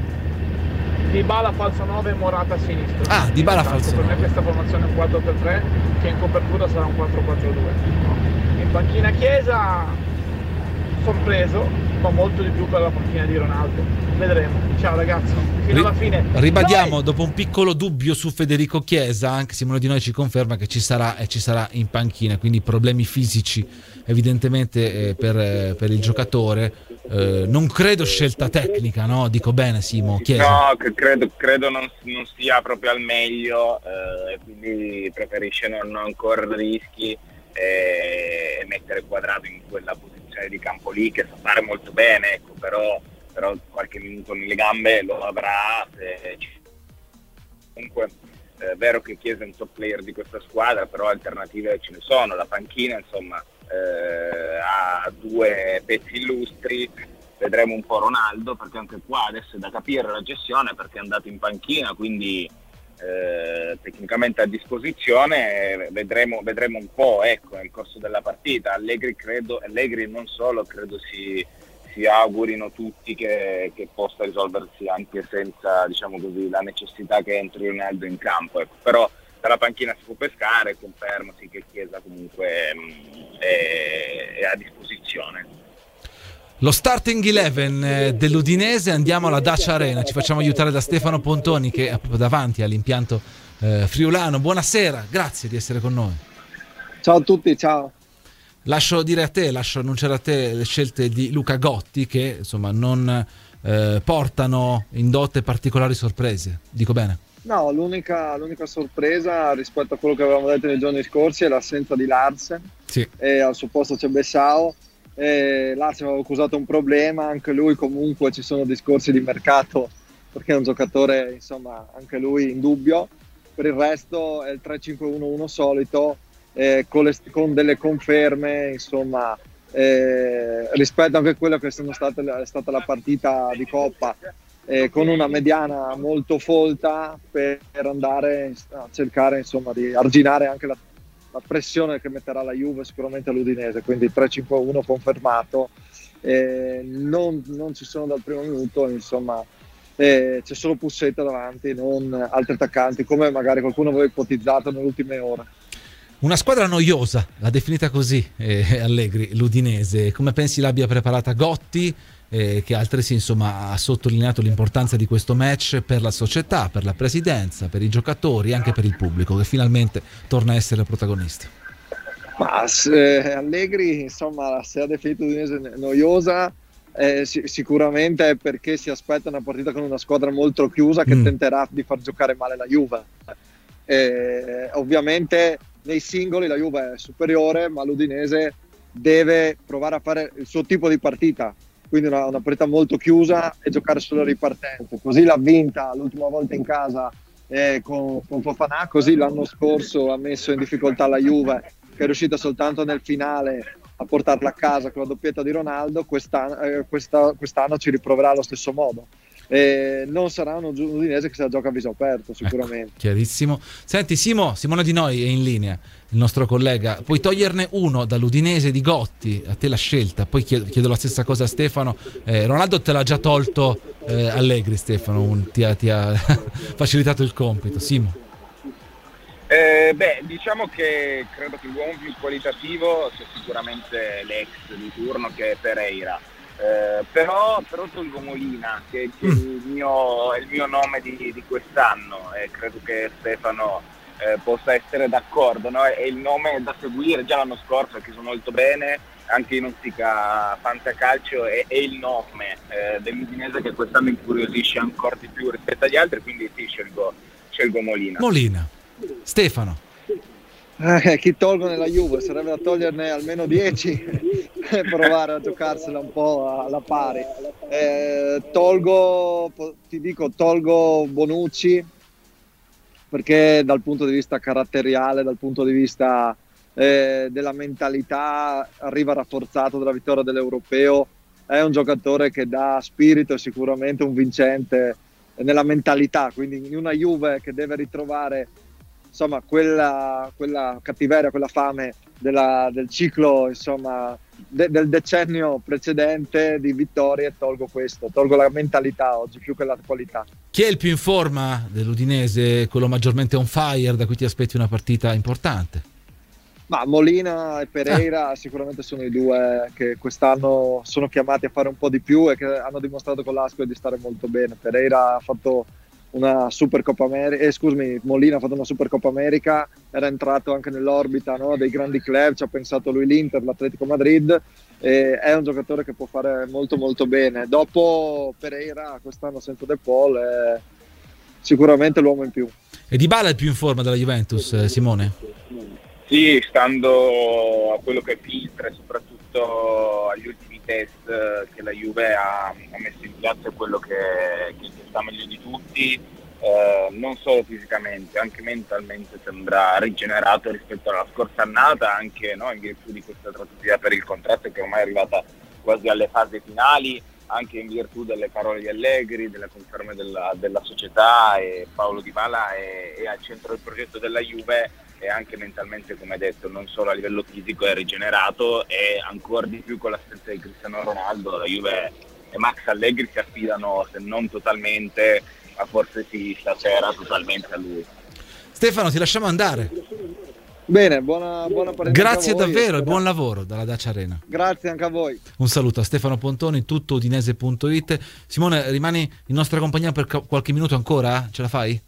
Dybala falso nove e Morata a sinistra. Ah, Dybala falso Per nove. me questa formazione è un quattro tre tre che in copertura sarà un quattro quattro due. In panchina Chiesa sorpreso, ma molto di più per la panchina di Ronaldo. Vedremo. Ciao ragazzi, fino alla fine. Ribadiamo, Dai! dopo un piccolo dubbio su Federico Chiesa, anche Simone Di Noi ci conferma che ci sarà e ci sarà in panchina, quindi problemi fisici evidentemente eh, per, eh, per il giocatore. Eh, non credo scelta tecnica, no? Dico bene Simo, Chiesa. No, che credo, credo non, non sia proprio al meglio, eh, quindi preferisce non, non correre rischi e, e mettere Cuadrado in quella posizione di campo lì, che sa fare molto bene, ecco, però, però qualche minuto nelle gambe lo avrà. Se ci... Comunque è eh, vero che Chiesa è un top player di questa squadra, però alternative ce ne sono. La panchina insomma eh, ha due pezzi illustri, vedremo un po' Ronaldo, perché anche qua adesso è da capire la gestione, perché è andato in panchina, quindi Eh, tecnicamente a disposizione, vedremo, vedremo un po' ecco nel corso della partita. Allegri credo, Allegri non solo, credo si, si augurino tutti che, che possa risolversi anche senza, diciamo così, la necessità che entri Ronaldo in campo, ecco. Però dalla panchina si può pescare, confermo sì che Chiesa comunque mh, è, è a disposizione. Lo starting eleven dell'Udinese, andiamo alla Dacia Arena, ci facciamo aiutare da Stefano Pontoni che è proprio davanti all'impianto eh, friulano. Buonasera, grazie di essere con noi. Ciao a tutti, ciao. Lascio dire a te, lascio annunciare a te le scelte di Luca Gotti che insomma non eh, portano in dote particolari sorprese, dico bene? No, l'unica, l'unica sorpresa rispetto a quello che avevamo detto nei giorni scorsi è l'assenza di Larsen, sì. E al suo posto c'è Bessao. E là ci aveva accusato un problema, anche lui comunque ci sono discorsi di mercato perché è un giocatore insomma anche lui in dubbio. Per il resto è il tre cinque uno uno solito, eh, con, le, con delle conferme insomma eh, rispetto anche a quello che sono state, è stata la partita di Coppa, eh, con una mediana molto folta per andare a cercare insomma di arginare anche la la pressione che metterà la Juve sicuramente all'Udinese, quindi tre cinque uno confermato, eh, non, non ci sono dal primo minuto, insomma eh, c'è solo Pussetto davanti, non altri attaccanti come magari qualcuno aveva ipotizzato nelle ultime ore. Una squadra noiosa, l'ha definita così eh, Allegri, l'Udinese. Come pensi l'abbia preparata Gotti, eh, che altresì insomma ha sottolineato l'importanza di questo match per la società, per la presidenza, per i giocatori e anche per il pubblico che finalmente torna a essere protagonista? Ma se Allegri insomma se ha definito l'Udinese noiosa eh, sic- sicuramente è perché si aspetta una partita con una squadra molto chiusa che mm. tenterà di far giocare male la Juve. Eh, ovviamente nei singoli la Juve è superiore, ma l'Udinese deve provare a fare il suo tipo di partita, quindi una, una partita molto chiusa e giocare solo ripartente. Così l'ha vinta l'ultima volta in casa eh, con, con Fofana, così l'anno scorso ha messo in difficoltà la Juve, che è riuscita soltanto nel finale a portarla a casa con la doppietta di Ronaldo, quest'anno, eh, questa, quest'anno ci riproverà allo stesso modo. E non sarà un Udinese che se la gioca a viso aperto sicuramente. Ecco, chiarissimo. Senti Simo, Simone Di Noi è in linea, il nostro collega. Puoi toglierne uno dall'Udinese di Gotti, a te la scelta. Poi chiedo, chiedo la stessa cosa a Stefano. eh, Ronaldo te l'ha già tolto eh, Allegri. Stefano un, ti, ha, ti ha facilitato il compito. Simo. Eh, beh, diciamo che credo che l'uomo più qualitativo sia sicuramente l'ex di turno, che è Pereira. Eh, però, però tolgo Molina, che, che è, il mio, è il mio nome di, di quest'anno, e credo che Stefano eh, possa essere d'accordo, no? È il nome da seguire. Già l'anno scorso, che sono molto bene, anche in ottica fantacalcio, è, è il nome eh, dell'Udinese che quest'anno incuriosisce ancora di più rispetto agli altri, quindi sì, scelgo, scelgo Molina. Molina. Stefano. Eh, chi tolgo nella Juve? Sarebbe da toglierne almeno dieci e provare a giocarsela un po' alla pari. Eh, tolgo, ti dico, tolgo Bonucci, perché dal punto di vista caratteriale, dal punto di vista eh, della mentalità, arriva rafforzato dalla vittoria dell'Europeo. È un giocatore che dà spirito e sicuramente un vincente nella mentalità, quindi in una Juve che deve ritrovare insomma quella, quella cattiveria, quella fame della, del ciclo, insomma de, del decennio precedente di vittorie, tolgo questo, tolgo la mentalità oggi più che la qualità. Chi è il più in forma dell'Udinese, quello maggiormente on fire, da cui ti aspetti una partita importante? Ma Molina e Pereira ah. sicuramente sono i due che quest'anno sono chiamati a fare un po' di più e che hanno dimostrato con l'Ascoli di stare molto bene. Pereira ha fatto una Super Coppa America, eh, scusami, Molina ha fatto una Super Coppa America, era entrato anche nell'orbita, no, dei grandi club, ci ha pensato lui l'Inter, l'Atletico Madrid, e è un giocatore che può fare molto molto bene. Dopo Pereira quest'anno senza De Paul è sicuramente l'uomo in più. E Dybala è il più in forma della Juventus, eh, Simone? Sì, stando a quello che filtra, soprattutto agli ultimi test che la Juve ha, ha messo in piazza, è quello che, che sta meglio di tutti, eh, non solo fisicamente, anche mentalmente sembra rigenerato rispetto alla scorsa annata, anche no, in virtù di questa trattativa per il contratto che ormai è arrivata quasi alle fasi finali, anche in virtù delle parole di Allegri, delle conferme della, della società, e Paolo Dybala è, è al centro del progetto della Juve, e anche mentalmente, come detto, non solo a livello fisico è rigenerato, e ancora di più con l'assenza di Cristiano Ronaldo. La Juve e Max Allegri si affidano, se non totalmente, ma forse sì, stasera totalmente a lui. Stefano, ti lasciamo andare. Bene, buona, buona partita. Grazie davvero e buon lavoro dalla Dacia Arena. Grazie anche a voi. Un saluto a Stefano Pontoni, tutto udinese punto it. Simone, rimani in nostra compagnia per qualche minuto ancora? Ce la fai?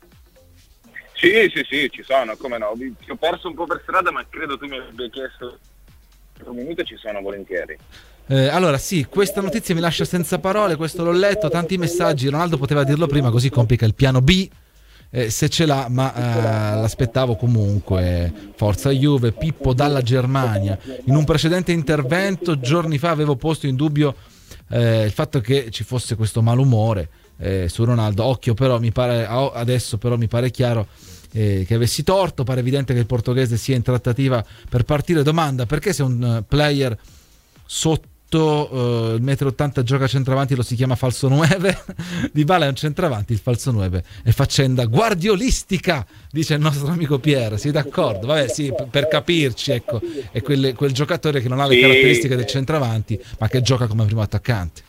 Sì, sì, sì, ci sono, come no. Ti ho perso un po' per strada, ma credo tu mi abbia chiesto un minuto, ci sono volentieri. Eh, allora sì, questa notizia mi lascia senza parole, questo l'ho letto, tanti messaggi, Ronaldo poteva dirlo prima, così complica il piano B, eh, se ce l'ha, ma eh, l'aspettavo comunque. Forza Juve. Pippo dalla Germania: in un precedente intervento giorni fa avevo posto in dubbio eh, il fatto che ci fosse questo malumore eh, su Ronaldo. Occhio, però mi pare adesso però mi pare chiaro eh, che avessi torto. Pare evidente che il portoghese sia in trattativa per partire. Domanda: perché se un player sotto Uh, il metro ottanta gioca centravanti lo si chiama falso nove? Dybala è un centravanti, il falso nove è faccenda guardiolistica, dice il nostro amico Pier. Sei d'accordo? Vabbè, sì, p- per capirci, ecco, è quel, quel giocatore che non ha le sì. caratteristiche del centravanti, ma che gioca come primo attaccante.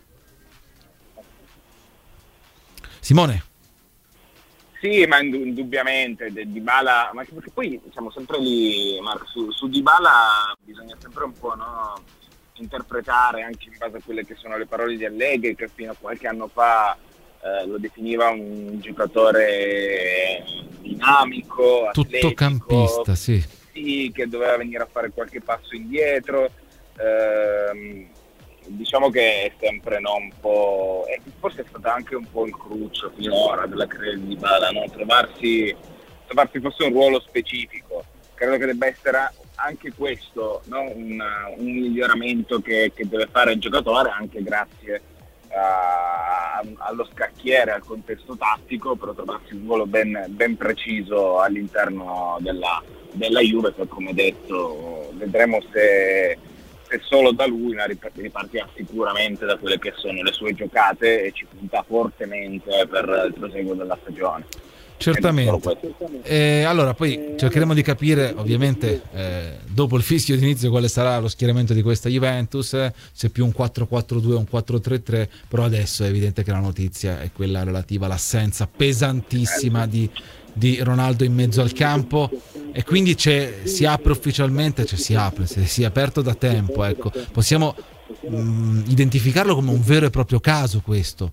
Simone? Sì, ma indubbiamente Dybala, ma perché poi siamo sempre lì, Marco, su, su Dybala bisogna sempre un po', no, interpretare anche in base a quelle che sono le parole di Allegri, che fino a qualche anno fa eh, lo definiva un giocatore dinamico, tutto campista, sì. sì, che doveva venire a fare qualche passo indietro. Eh, diciamo che è sempre no, un po', e forse è stata anche un po' il cruccio finora della carriera di Dybala, no? trovarsi trovarsi forse un ruolo specifico. Credo che debba essere anche questo, no? un, un miglioramento che, che deve fare il giocatore, anche grazie a, allo scacchiere, al contesto tattico, per trovarsi un ruolo ben, ben preciso all'interno della, della Juve, che come detto vedremo se, parte solo da lui, ma ripartirà sicuramente da quelle che sono le sue giocate e ci punta fortemente per il proseguo della stagione. Certamente. Eh, allora poi cercheremo di capire ovviamente eh, dopo il fischio d'inizio quale sarà lo schieramento di questa Juventus, eh, se più un quattro quattro due o un quattro tre tre, però adesso è evidente che la notizia è quella relativa all'assenza pesantissima di, di Ronaldo in mezzo al campo, e quindi c'è, si apre ufficialmente, cioè si apre, si, si è aperto da tempo, ecco, possiamo mh, identificarlo come un vero e proprio caso questo.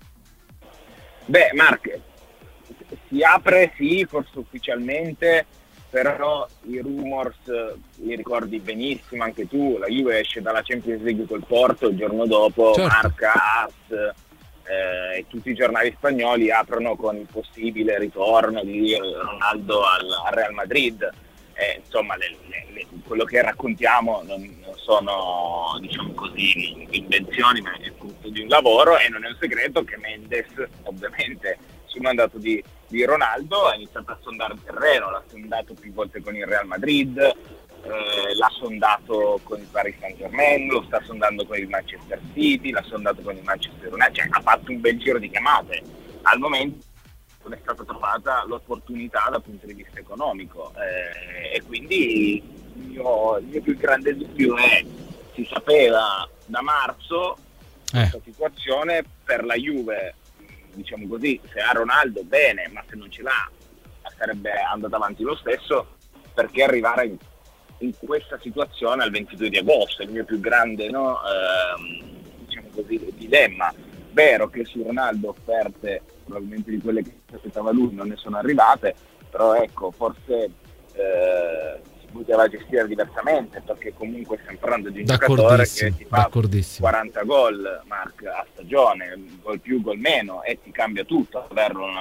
Beh, Mark, si apre sì, forse ufficialmente, però i rumors, li ricordi benissimo anche tu, la Juve esce dalla Champions League col Porto, il giorno dopo certo. Marca, A S eh, e tutti i giornali spagnoli aprono con il possibile ritorno di Ronaldo al, al Real Madrid. Eh, insomma, le, le, le, quello che raccontiamo non, non sono, diciamo così, invenzioni, ma è frutto di un lavoro, e non è un segreto che Mendes, ovviamente, sul mandato di, di Ronaldo, ha iniziato a sondare il terreno, l'ha sondato più volte con il Real Madrid, eh, l'ha sondato con il Paris Saint-Germain, lo sta sondando con il Manchester City, l'ha sondato con il Manchester United, cioè ha fatto un bel giro di chiamate. Al momento non è stata trovata l'opportunità dal punto di vista economico, eh, e quindi il mio, il mio più grande dubbio è: si sapeva da marzo eh. questa situazione per la Juve, diciamo così, se ha Ronaldo bene, ma se non ce l'ha sarebbe andato avanti lo stesso, perché arrivare in, in questa situazione al ventidue di agosto è il mio più grande, no, ehm, diciamo così, dilemma. Vero che su Ronaldo offerte probabilmente di quelle che si aspettava lui non ne sono arrivate, però ecco, forse eh, si poteva gestire diversamente, perché comunque stiamo parlando di un giocatore che ti fa quaranta gol, Mark, a stagione, gol più, gol meno, e ti cambia tutto averlo una...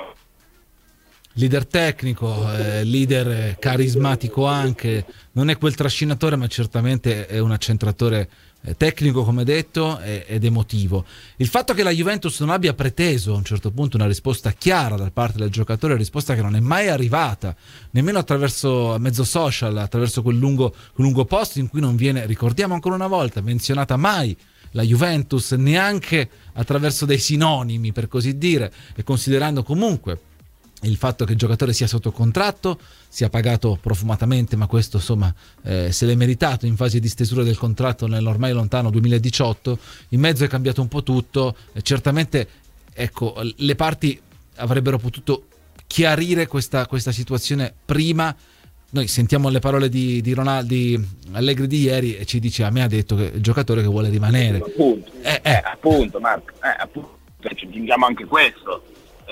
Leader tecnico, eh, leader carismatico anche, non è quel trascinatore, ma certamente è un accentratore tecnico, come detto, ed emotivo. Il fatto che la Juventus non abbia preteso a un certo punto una risposta chiara da parte del giocatore, risposta che non è mai arrivata nemmeno attraverso mezzo social, attraverso quel lungo, quel lungo post in cui non viene, ricordiamo ancora una volta, menzionata mai la Juventus, neanche attraverso dei sinonimi, per così dire, e considerando comunque il fatto che il giocatore sia sotto contratto, sia pagato profumatamente, ma questo insomma eh, se l'è meritato in fase di stesura del contratto nell'ormai lontano duemiladiciotto. In mezzo è cambiato un po' tutto, e certamente ecco, le parti avrebbero potuto chiarire questa, questa situazione prima. Noi sentiamo le parole di, di Ronaldo, di Allegri di ieri, e ci dice: a me ha detto che il giocatore che vuole rimanere. Appunto, eh, eh. Eh, appunto Marco, eh, appunto, ci aggiungiamo anche questo.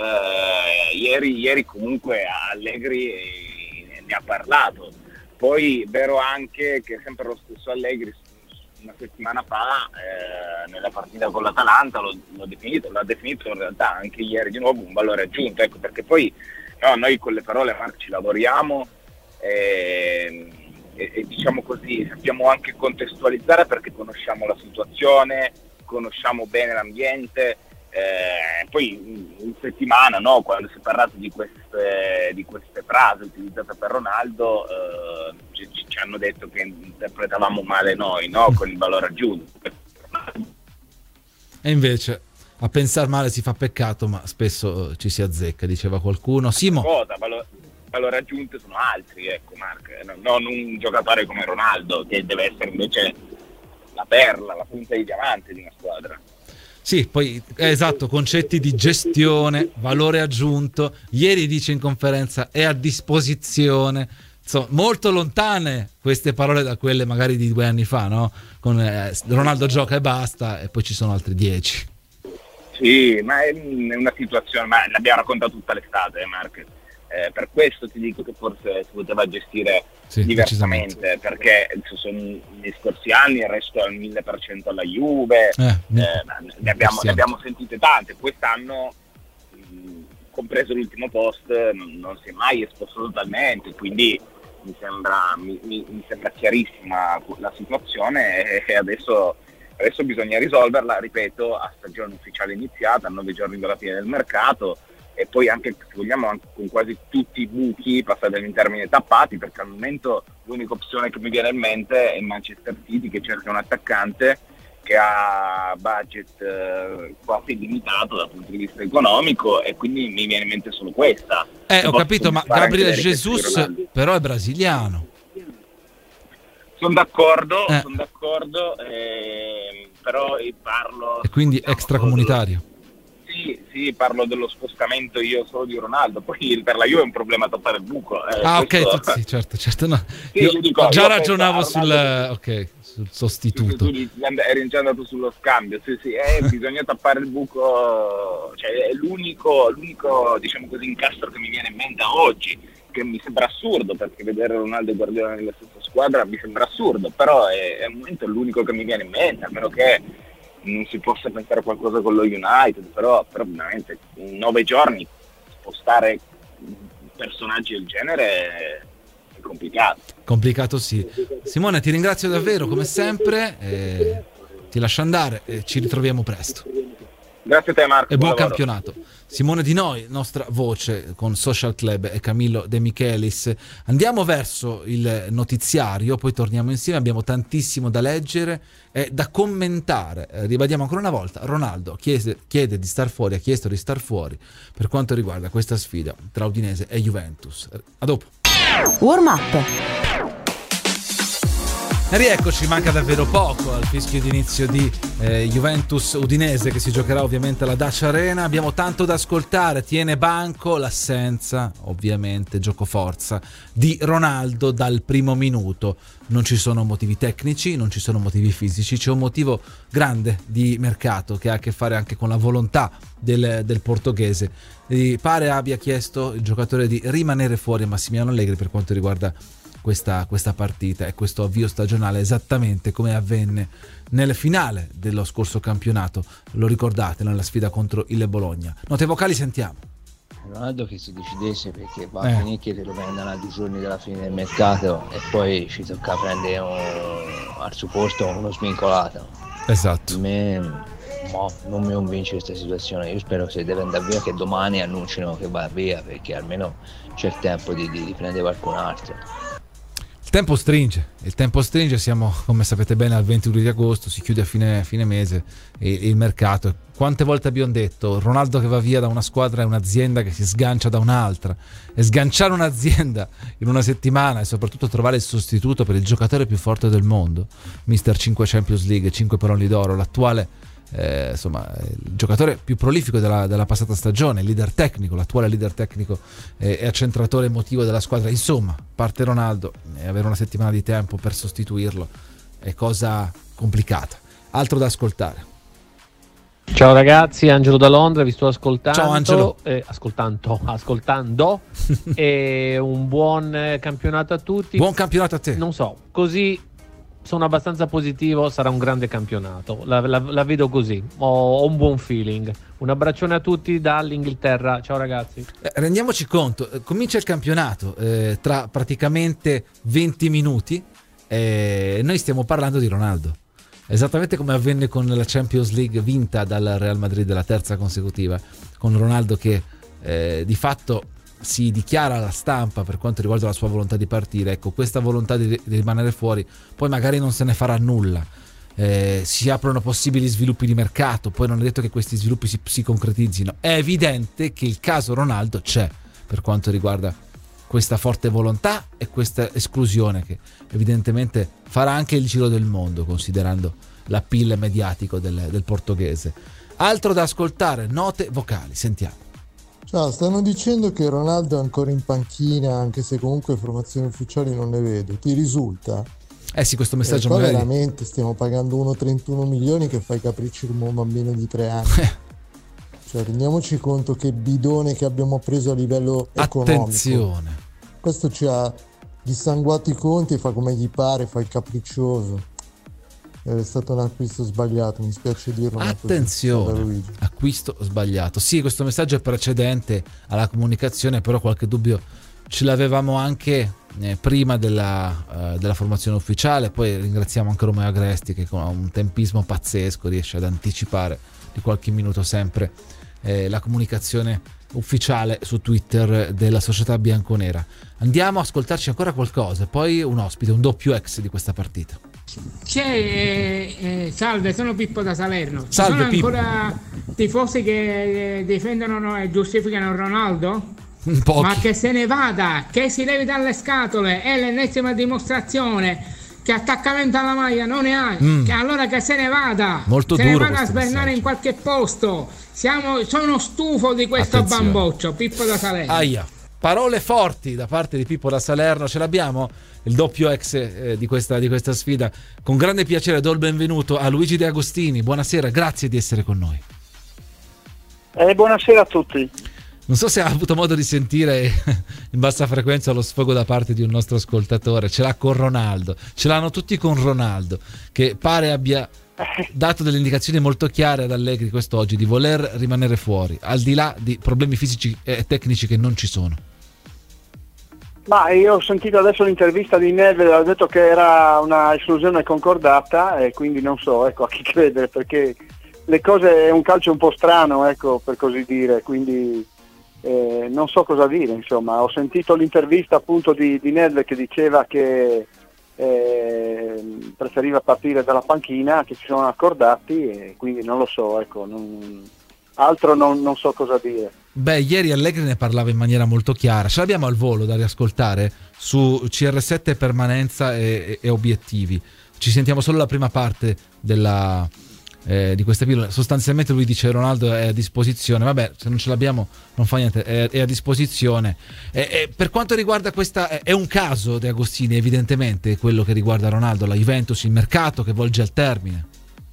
Uh, ieri, ieri comunque Allegri ne ha parlato. Poi vero anche che sempre lo stesso Allegri una settimana fa eh, nella partita con l'Atalanta lo, lo definito, l'ha definito in realtà anche ieri di nuovo un valore aggiunto, ecco, perché poi no, noi con le parole, Marco, ci lavoriamo e, e, e diciamo così sappiamo anche contestualizzare, perché conosciamo la situazione, conosciamo bene l'ambiente. Eh, poi in settimana, no, quando si è parlato di queste, di queste frasi utilizzate per Ronaldo, eh, ci, ci hanno detto che interpretavamo male noi, no, con il valore aggiunto. E invece a pensare male si fa peccato, ma spesso ci si azzecca, diceva qualcuno. Simo. Cosa, valore, valore aggiunto sono altri, ecco, Marco, non, non un giocatore come Ronaldo, che deve essere invece la perla, la punta di diamante di una squadra. Sì, poi eh, esatto, concetti di gestione, valore aggiunto. Ieri dice in conferenza è a disposizione. Insomma, molto lontane queste parole da quelle magari di due anni fa, no? Con eh, Ronaldo gioca e basta, e poi ci sono altri dieci. Sì, ma è una situazione, ma l'abbiamo raccontato tutta l'estate, eh, Marco. Eh, per questo ti dico che forse si poteva gestire sì, diversamente, perché sono negli scorsi anni il resto al mille per cento alla Juve, eh, eh, ne, abbiamo, ne abbiamo sentite tante. Quest'anno, mh, compreso l'ultimo post, non, non si è mai esposto totalmente, quindi mi sembra, mi, mi, mi sembra chiarissima la situazione, e adesso, adesso bisogna risolverla, ripeto, a stagione ufficiale iniziata, a nove giorni dalla fine del mercato. e poi anche, se vogliamo, anche con quasi tutti i buchi, passate in termini tappati, perché al momento l'unica opzione che mi viene in mente è Manchester City, che cerca un attaccante che ha budget eh, quasi limitato dal punto di vista economico, e quindi mi viene in mente solo questa. Eh, ho capito, ma Gabriel Jesus però è brasiliano. Sono d'accordo, eh. sono d'accordo, eh, però parlo... E quindi diciamo, extracomunitario. Sì, sì, parlo dello spostamento io solo di Ronaldo, poi per la Juve è un problema toppare il buco. Eh, ah, questo... ok, tu, sì, certo, certo. No. Sì, io io dico, già io ragionavo sul, Ronaldo... okay, sul sostituto. Tu, tu, tu eri già andato sullo scambio, sì, sì, eh, bisogna tappare il buco, cioè è l'unico, l'unico, diciamo così, incastro che mi viene in mente oggi, che mi sembra assurdo, perché vedere Ronaldo e Guardiola nella stessa squadra mi sembra assurdo, però è, è al momento l'unico che mi viene in mente, a meno che non si possa pensare a qualcosa con lo United, però, però veramente in nove giorni spostare personaggi del genere è complicato. Complicato sì. Simone, ti ringrazio davvero come sempre, eh, ti lascio andare e ci ritroviamo presto. Grazie a te Marco. E buon lavoro. campionato. Simone Di Noi, nostra voce con Social Club, e Camillo De Michelis. Andiamo verso il notiziario, poi torniamo insieme, abbiamo tantissimo da leggere e da commentare. Eh, ribadiamo ancora una volta, Ronaldo chiede, chiede di star fuori, ha chiesto di star fuori per quanto riguarda questa sfida tra Udinese e Juventus. A dopo. Warm up. E rieccoci, manca davvero poco al fischio d'inizio di eh, Juventus-Udinese, che si giocherà ovviamente alla Dacia Arena. Abbiamo tanto da ascoltare, tiene banco l'assenza, ovviamente giocoforza, di Ronaldo dal primo minuto. Non ci sono motivi tecnici, non ci sono motivi fisici, c'è un motivo grande di mercato che ha a che fare anche con la volontà del, del portoghese. E pare abbia chiesto il giocatore di rimanere fuori a Massimiliano Allegri per quanto riguarda Questa, questa partita e questo avvio stagionale, esattamente come avvenne nel finale dello scorso campionato, lo ricordate, nella sfida contro il Bologna. Note vocali, sentiamo. Ronaldo che si decidesse, perché va Eh. a finire che te lo vendono a due giorni dalla fine del mercato e poi ci tocca prendere un, al suo posto uno svincolato. Esatto. A me no, non mi convince questa situazione. Io spero, se deve andare via, che domani annunciano che va via, perché almeno c'è il tempo di, di, di prendere qualcun altro. Il tempo stringe, il tempo stringe, siamo, come sapete bene, al ventidue di agosto, si chiude a fine, fine mese e, e il mercato. Quante volte abbiamo detto, Ronaldo che va via da una squadra è un'azienda che si sgancia da un'altra, e sganciare un'azienda in una settimana e soprattutto trovare il sostituto per il giocatore più forte del mondo, mister cinque Champions League, cinque Palloni d'Oro, l'attuale Eh, insomma, il giocatore più prolifico della, della passata stagione, il leader tecnico, l'attuale leader tecnico eh, e accentratore emotivo della squadra. Insomma, parte Ronaldo e avere una settimana di tempo per sostituirlo è cosa complicata. Altro da ascoltare. Ciao ragazzi, Angelo da Londra, vi sto ascoltando. Ciao Angelo. Eh, ascoltando, ascoltando e un buon campionato a tutti. Buon campionato a te. Non so, così sono abbastanza positivo, sarà un grande campionato, la, la, la vedo così, ho, ho un buon feeling. Un abbraccione a tutti dall'Inghilterra, ciao ragazzi. Eh, rendiamoci conto, eh, comincia il campionato eh, tra praticamente venti minuti e noi stiamo parlando di Ronaldo, esattamente come avvenne con la Champions League vinta dal Real Madrid, la terza consecutiva, con Ronaldo che eh, di fatto si dichiara alla stampa per quanto riguarda la sua volontà di partire. Ecco, questa volontà di, di rimanere fuori poi magari non se ne farà nulla, eh, si aprono possibili sviluppi di mercato, poi non è detto che questi sviluppi si, si concretizzino. È evidente che il caso Ronaldo c'è per quanto riguarda questa forte volontà e questa esclusione che evidentemente farà anche il giro del mondo, considerando l'appeal mediatico del, del portoghese. Altro da ascoltare, note vocali, sentiamo. Ciao, stanno dicendo che Ronaldo è ancora in panchina, anche se comunque informazioni ufficiali non ne vedo. Ti risulta? Eh sì, questo messaggio eh, qua magari... veramente stiamo pagando uno virgola trentuno milioni che fa i capricci come un bambino di tre anni. Cioè, rendiamoci conto che bidone che abbiamo preso a livello economico. Attenzione. Questo ci ha dissanguato i conti e fa come gli pare, fa il capriccioso. È stato un acquisto sbagliato, mi spiace dirlo. Attenzione, acquisto sbagliato. Sì, questo messaggio è precedente alla comunicazione, però qualche dubbio ce l'avevamo anche eh, prima della, uh, della formazione ufficiale. Poi ringraziamo anche Romeo Agresti che con un tempismo pazzesco riesce ad anticipare di qualche minuto sempre eh, la comunicazione ufficiale su Twitter della società bianconera. Andiamo a ascoltarci ancora qualcosa, poi un ospite, un doppio ex di questa partita. C'è, eh, eh, salve, sono Pippo da Salerno. Ci Salve, sono Pippo. ancora tifosi che eh, difendono e giustificano Ronaldo? Pochi. Ma che se ne vada, che si levi dalle scatole, è l'ennesima dimostrazione che attaccamento alla maglia non ne ha, Mm. che allora che se ne vada, Molto se duro ne vada a questo svernare messaggio. in qualche posto. Siamo, sono stufo di questo Attenzione. bamboccio. Pippo da Salerno. Aia. Parole forti da parte di Pippo da Salerno, ce l'abbiamo il doppio ex eh, di, questa, di questa sfida. Con grande piacere do il benvenuto a Luigi De Agostini. Buonasera, grazie di essere con noi. Eh, buonasera a tutti. Non so se ha avuto modo di sentire in bassa frequenza lo sfogo da parte di un nostro ascoltatore. Ce l'ha con Ronaldo, ce l'hanno tutti con Ronaldo, che pare abbia dato delle indicazioni molto chiare ad Allegri quest'oggi di voler rimanere fuori, al di là di problemi fisici e tecnici che non ci sono. Ma io ho sentito adesso l'intervista di Nedved, ha detto che era una esclusione concordata e quindi non so, ecco, a chi credere, perché le cose, è un calcio un po' strano, ecco, per così dire, quindi eh, non so cosa dire, insomma. Ho sentito l'intervista appunto di, di Nedved che diceva che eh, preferiva partire dalla panchina, che si sono accordati e quindi non lo so, ecco, non, altro non, non so cosa dire. Beh, ieri Allegri ne parlava in maniera molto chiara. Ce l'abbiamo al volo da riascoltare su C R sette permanenza e, e obiettivi. Ci sentiamo solo la prima parte della, eh, di questa pillola. Sostanzialmente lui dice Ronaldo è a disposizione. Vabbè, se non ce l'abbiamo non fa niente, è, è a disposizione. E, e per quanto riguarda questa, è un caso De Agostini evidentemente quello che riguarda Ronaldo, la Juventus, il mercato che volge al termine.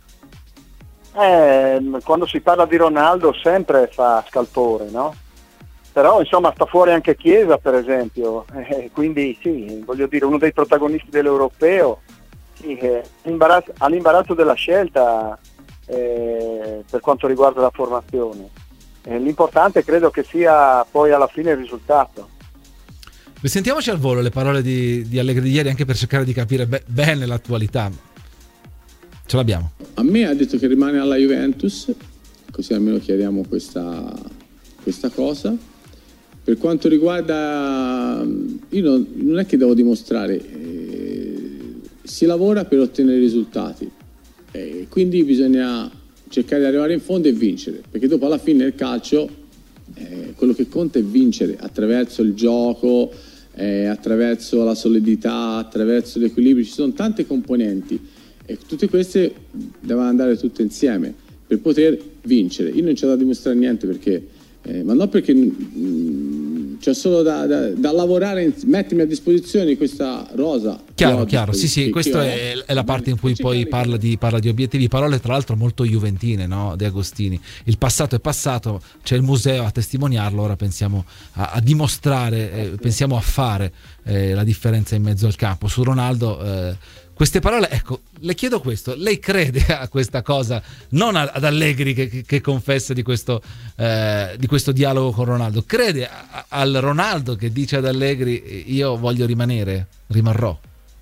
Eh, quando si parla di Ronaldo sempre fa scalpore, no? Però insomma sta fuori anche Chiesa, per esempio, eh, quindi sì, voglio dire, uno dei protagonisti dell'Europeo, sì, eh, imbarazzo, all'imbarazzo della scelta eh, per quanto riguarda la formazione. Eh, l'importante credo che sia poi alla fine il risultato. Risentiamoci al volo le parole di, di Allegri di ieri, anche per cercare di capire be- bene l'attualità. Ce l'abbiamo. A me ha detto che rimane alla Juventus, così almeno chiariamo questa, questa cosa. Per quanto riguarda, io non, non è che devo dimostrare, eh, si lavora per ottenere risultati, eh, quindi bisogna cercare di arrivare in fondo e vincere, perché dopo alla fine nel calcio eh, quello che conta è vincere attraverso il gioco, eh, attraverso la solidità, attraverso l'equilibrio, ci sono tante componenti. E tutte queste devono andare tutte insieme per poter vincere. Io non c'ho da dimostrare niente perché, eh, ma non perché mh, c'è solo da, da, da lavorare, mettermi a disposizione di questa rosa. Chiaro, ho, chiaro, sì, sì, questa è, è la parte in cui poi parla di, parla di obiettivi, parole tra l'altro molto juventine, no? De Agostini. Il passato è passato, c'è il museo a testimoniarlo, ora pensiamo a, a dimostrare, eh, pensiamo a fare eh, la differenza in mezzo al campo. Su Ronaldo... Eh, queste parole, ecco, le chiedo questo, lei crede a questa cosa, non ad Allegri che, che, che confessa di questo, eh, di questo dialogo con Ronaldo, crede a, al Ronaldo che dice ad Allegri io voglio rimanere, rimarrò?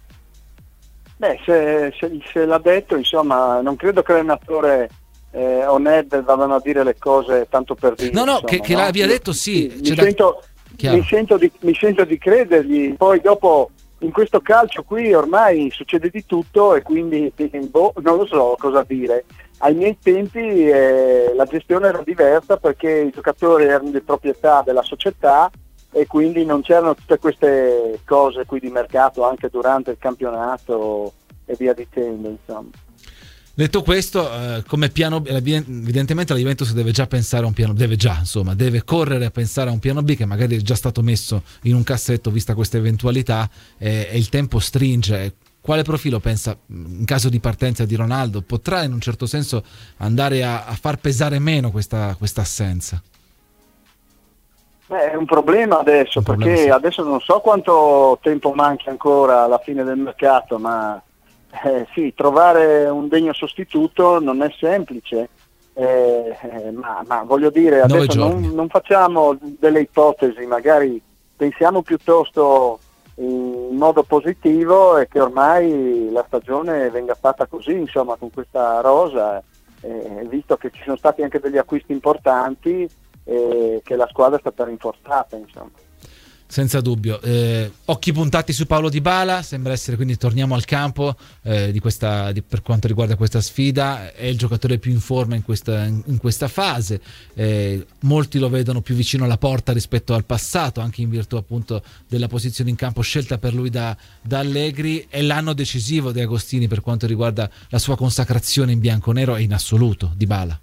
Beh, se, se, se l'ha detto, insomma, non credo che l'allenatore eh, o Nedved vadano a dire le cose tanto per dire. No, no, insomma, che, che no? l'abbia detto sì. Mi sento, mi, sento di, mi sento di credergli, poi dopo... In questo calcio qui ormai succede di tutto e quindi boh, non lo so cosa dire. Ai miei tempi eh, la gestione era diversa perché i giocatori erano di proprietà della società e quindi non c'erano tutte queste cose qui di mercato anche durante il campionato e via dicendo, insomma. Detto questo, eh, come piano evidentemente la Juventus deve già pensare a un piano, deve già, insomma, deve correre a pensare a un piano B che magari è già stato messo in un cassetto vista questa eventualità eh, e il tempo stringe. Quale profilo pensa in caso di partenza di Ronaldo? Potrà in un certo senso andare a, a far pesare meno questa, questa assenza? Beh, è un problema adesso, un perché problema, sì. Adesso non so quanto tempo manchi ancora alla fine del mercato, ma Eh, sì, trovare un degno sostituto non è semplice, eh, eh, ma, ma voglio dire, adesso non, non facciamo delle ipotesi, magari pensiamo piuttosto in modo positivo e che ormai la stagione venga fatta così, insomma, con questa rosa, eh, visto che ci sono stati anche degli acquisti importanti e che la squadra è stata rinforzata, insomma. Senza dubbio. Eh, occhi puntati su Paulo Dybala, sembra essere, quindi torniamo al campo eh, di questa, di, per quanto riguarda questa sfida, è il giocatore più in forma in questa, in questa fase, eh, molti lo vedono più vicino alla porta rispetto al passato, anche in virtù appunto della posizione in campo scelta per lui da, da Allegri. È l'anno decisivo di Agostini per quanto riguarda la sua consacrazione in bianconero e in assoluto Dybala.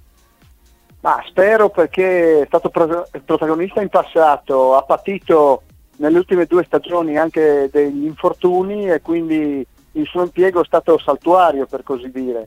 Ma spero, perché è stato pro- protagonista in passato, ha patito nelle ultime due stagioni anche degli infortuni e quindi il suo impiego è stato saltuario, per così dire,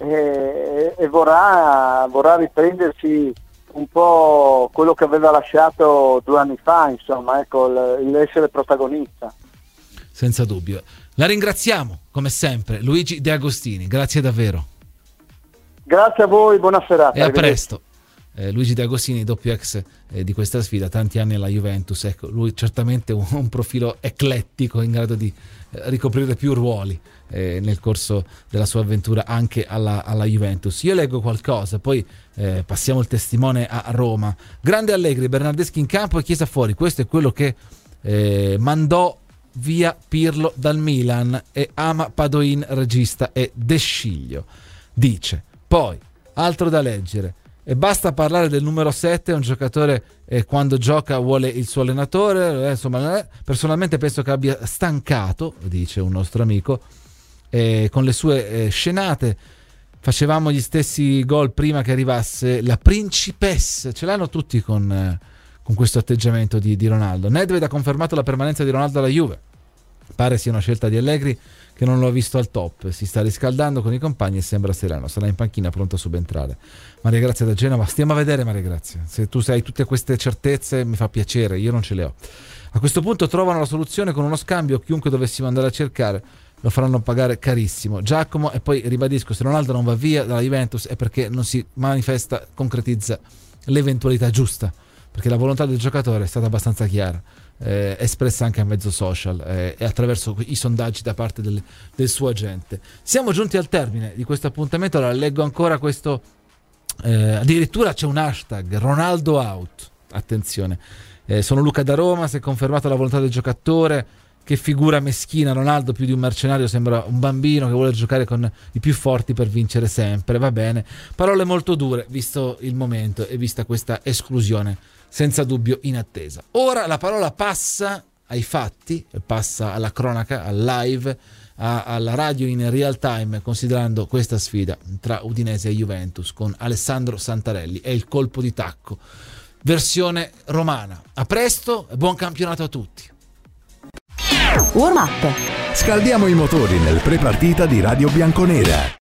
e, e vorrà, vorrà riprendersi un po' quello che aveva lasciato due anni fa, insomma, ecco, l'essere protagonista. Senza dubbio. La ringraziamo come sempre, Luigi De Agostini, grazie davvero. Grazie a voi, buona serata. E a presto. Eh, Luigi De Agostini, doppio ex eh, di questa sfida, tanti anni alla Juventus, ecco, lui certamente un, un profilo eclettico in grado di eh, ricoprire più ruoli eh, nel corso della sua avventura anche alla, alla Juventus. Io leggo qualcosa, poi eh, passiamo il testimone a Roma. Grande Allegri, Bernardeschi in campo e Chiesa fuori, questo è quello che eh, mandò via Pirlo dal Milan e ama Padoin, regista, e De Sciglio. Dice, poi, altro da leggere, e basta parlare del numero sette, è un giocatore eh, quando gioca vuole il suo allenatore, eh, insomma, eh, personalmente penso che abbia stancato, dice un nostro amico, eh, con le sue eh, scenate. Facevamo gli stessi gol prima che arrivasse la principessa, ce l'hanno tutti con, eh, con questo atteggiamento di, di Ronaldo. Nedved ha confermato la permanenza di Ronaldo alla Juve, pare sia una scelta di Allegri che non l'ho visto al top, si sta riscaldando con i compagni e sembra sereno, sarà in panchina pronto a subentrare. Maria Grazia da Genova, stiamo a vedere Maria Grazia, se tu hai tutte queste certezze mi fa piacere, io non ce le ho. A questo punto trovano la soluzione con uno scambio, chiunque dovessimo andare a cercare lo faranno pagare carissimo. Giacomo, e poi ribadisco, se Ronaldo non va via dalla Juventus è perché non si manifesta, concretizza l'eventualità giusta, perché la volontà del giocatore è stata abbastanza chiara, eh, espressa anche a mezzo social eh, e attraverso i sondaggi da parte del, del suo agente. Siamo giunti al termine di questo appuntamento. Allora leggo ancora questo, eh, addirittura c'è un hashtag Ronaldo out, attenzione, eh, sono Luca da Roma, si è confermata la volontà del giocatore. Che figura meschina Ronaldo, più di un mercenario, sembra un bambino che vuole giocare con i più forti per vincere sempre, va bene, parole molto dure visto il momento e vista questa esclusione senza dubbio inattesa. Ora la parola passa ai fatti, passa alla cronaca, al live, a, alla radio in real time, considerando questa sfida tra Udinese e Juventus con Alessandro Santarelli. È il colpo di tacco, versione romana. A presto e buon campionato a tutti. Warm up. Scaldiamo i motori nel pre-partita di Radio Bianconera.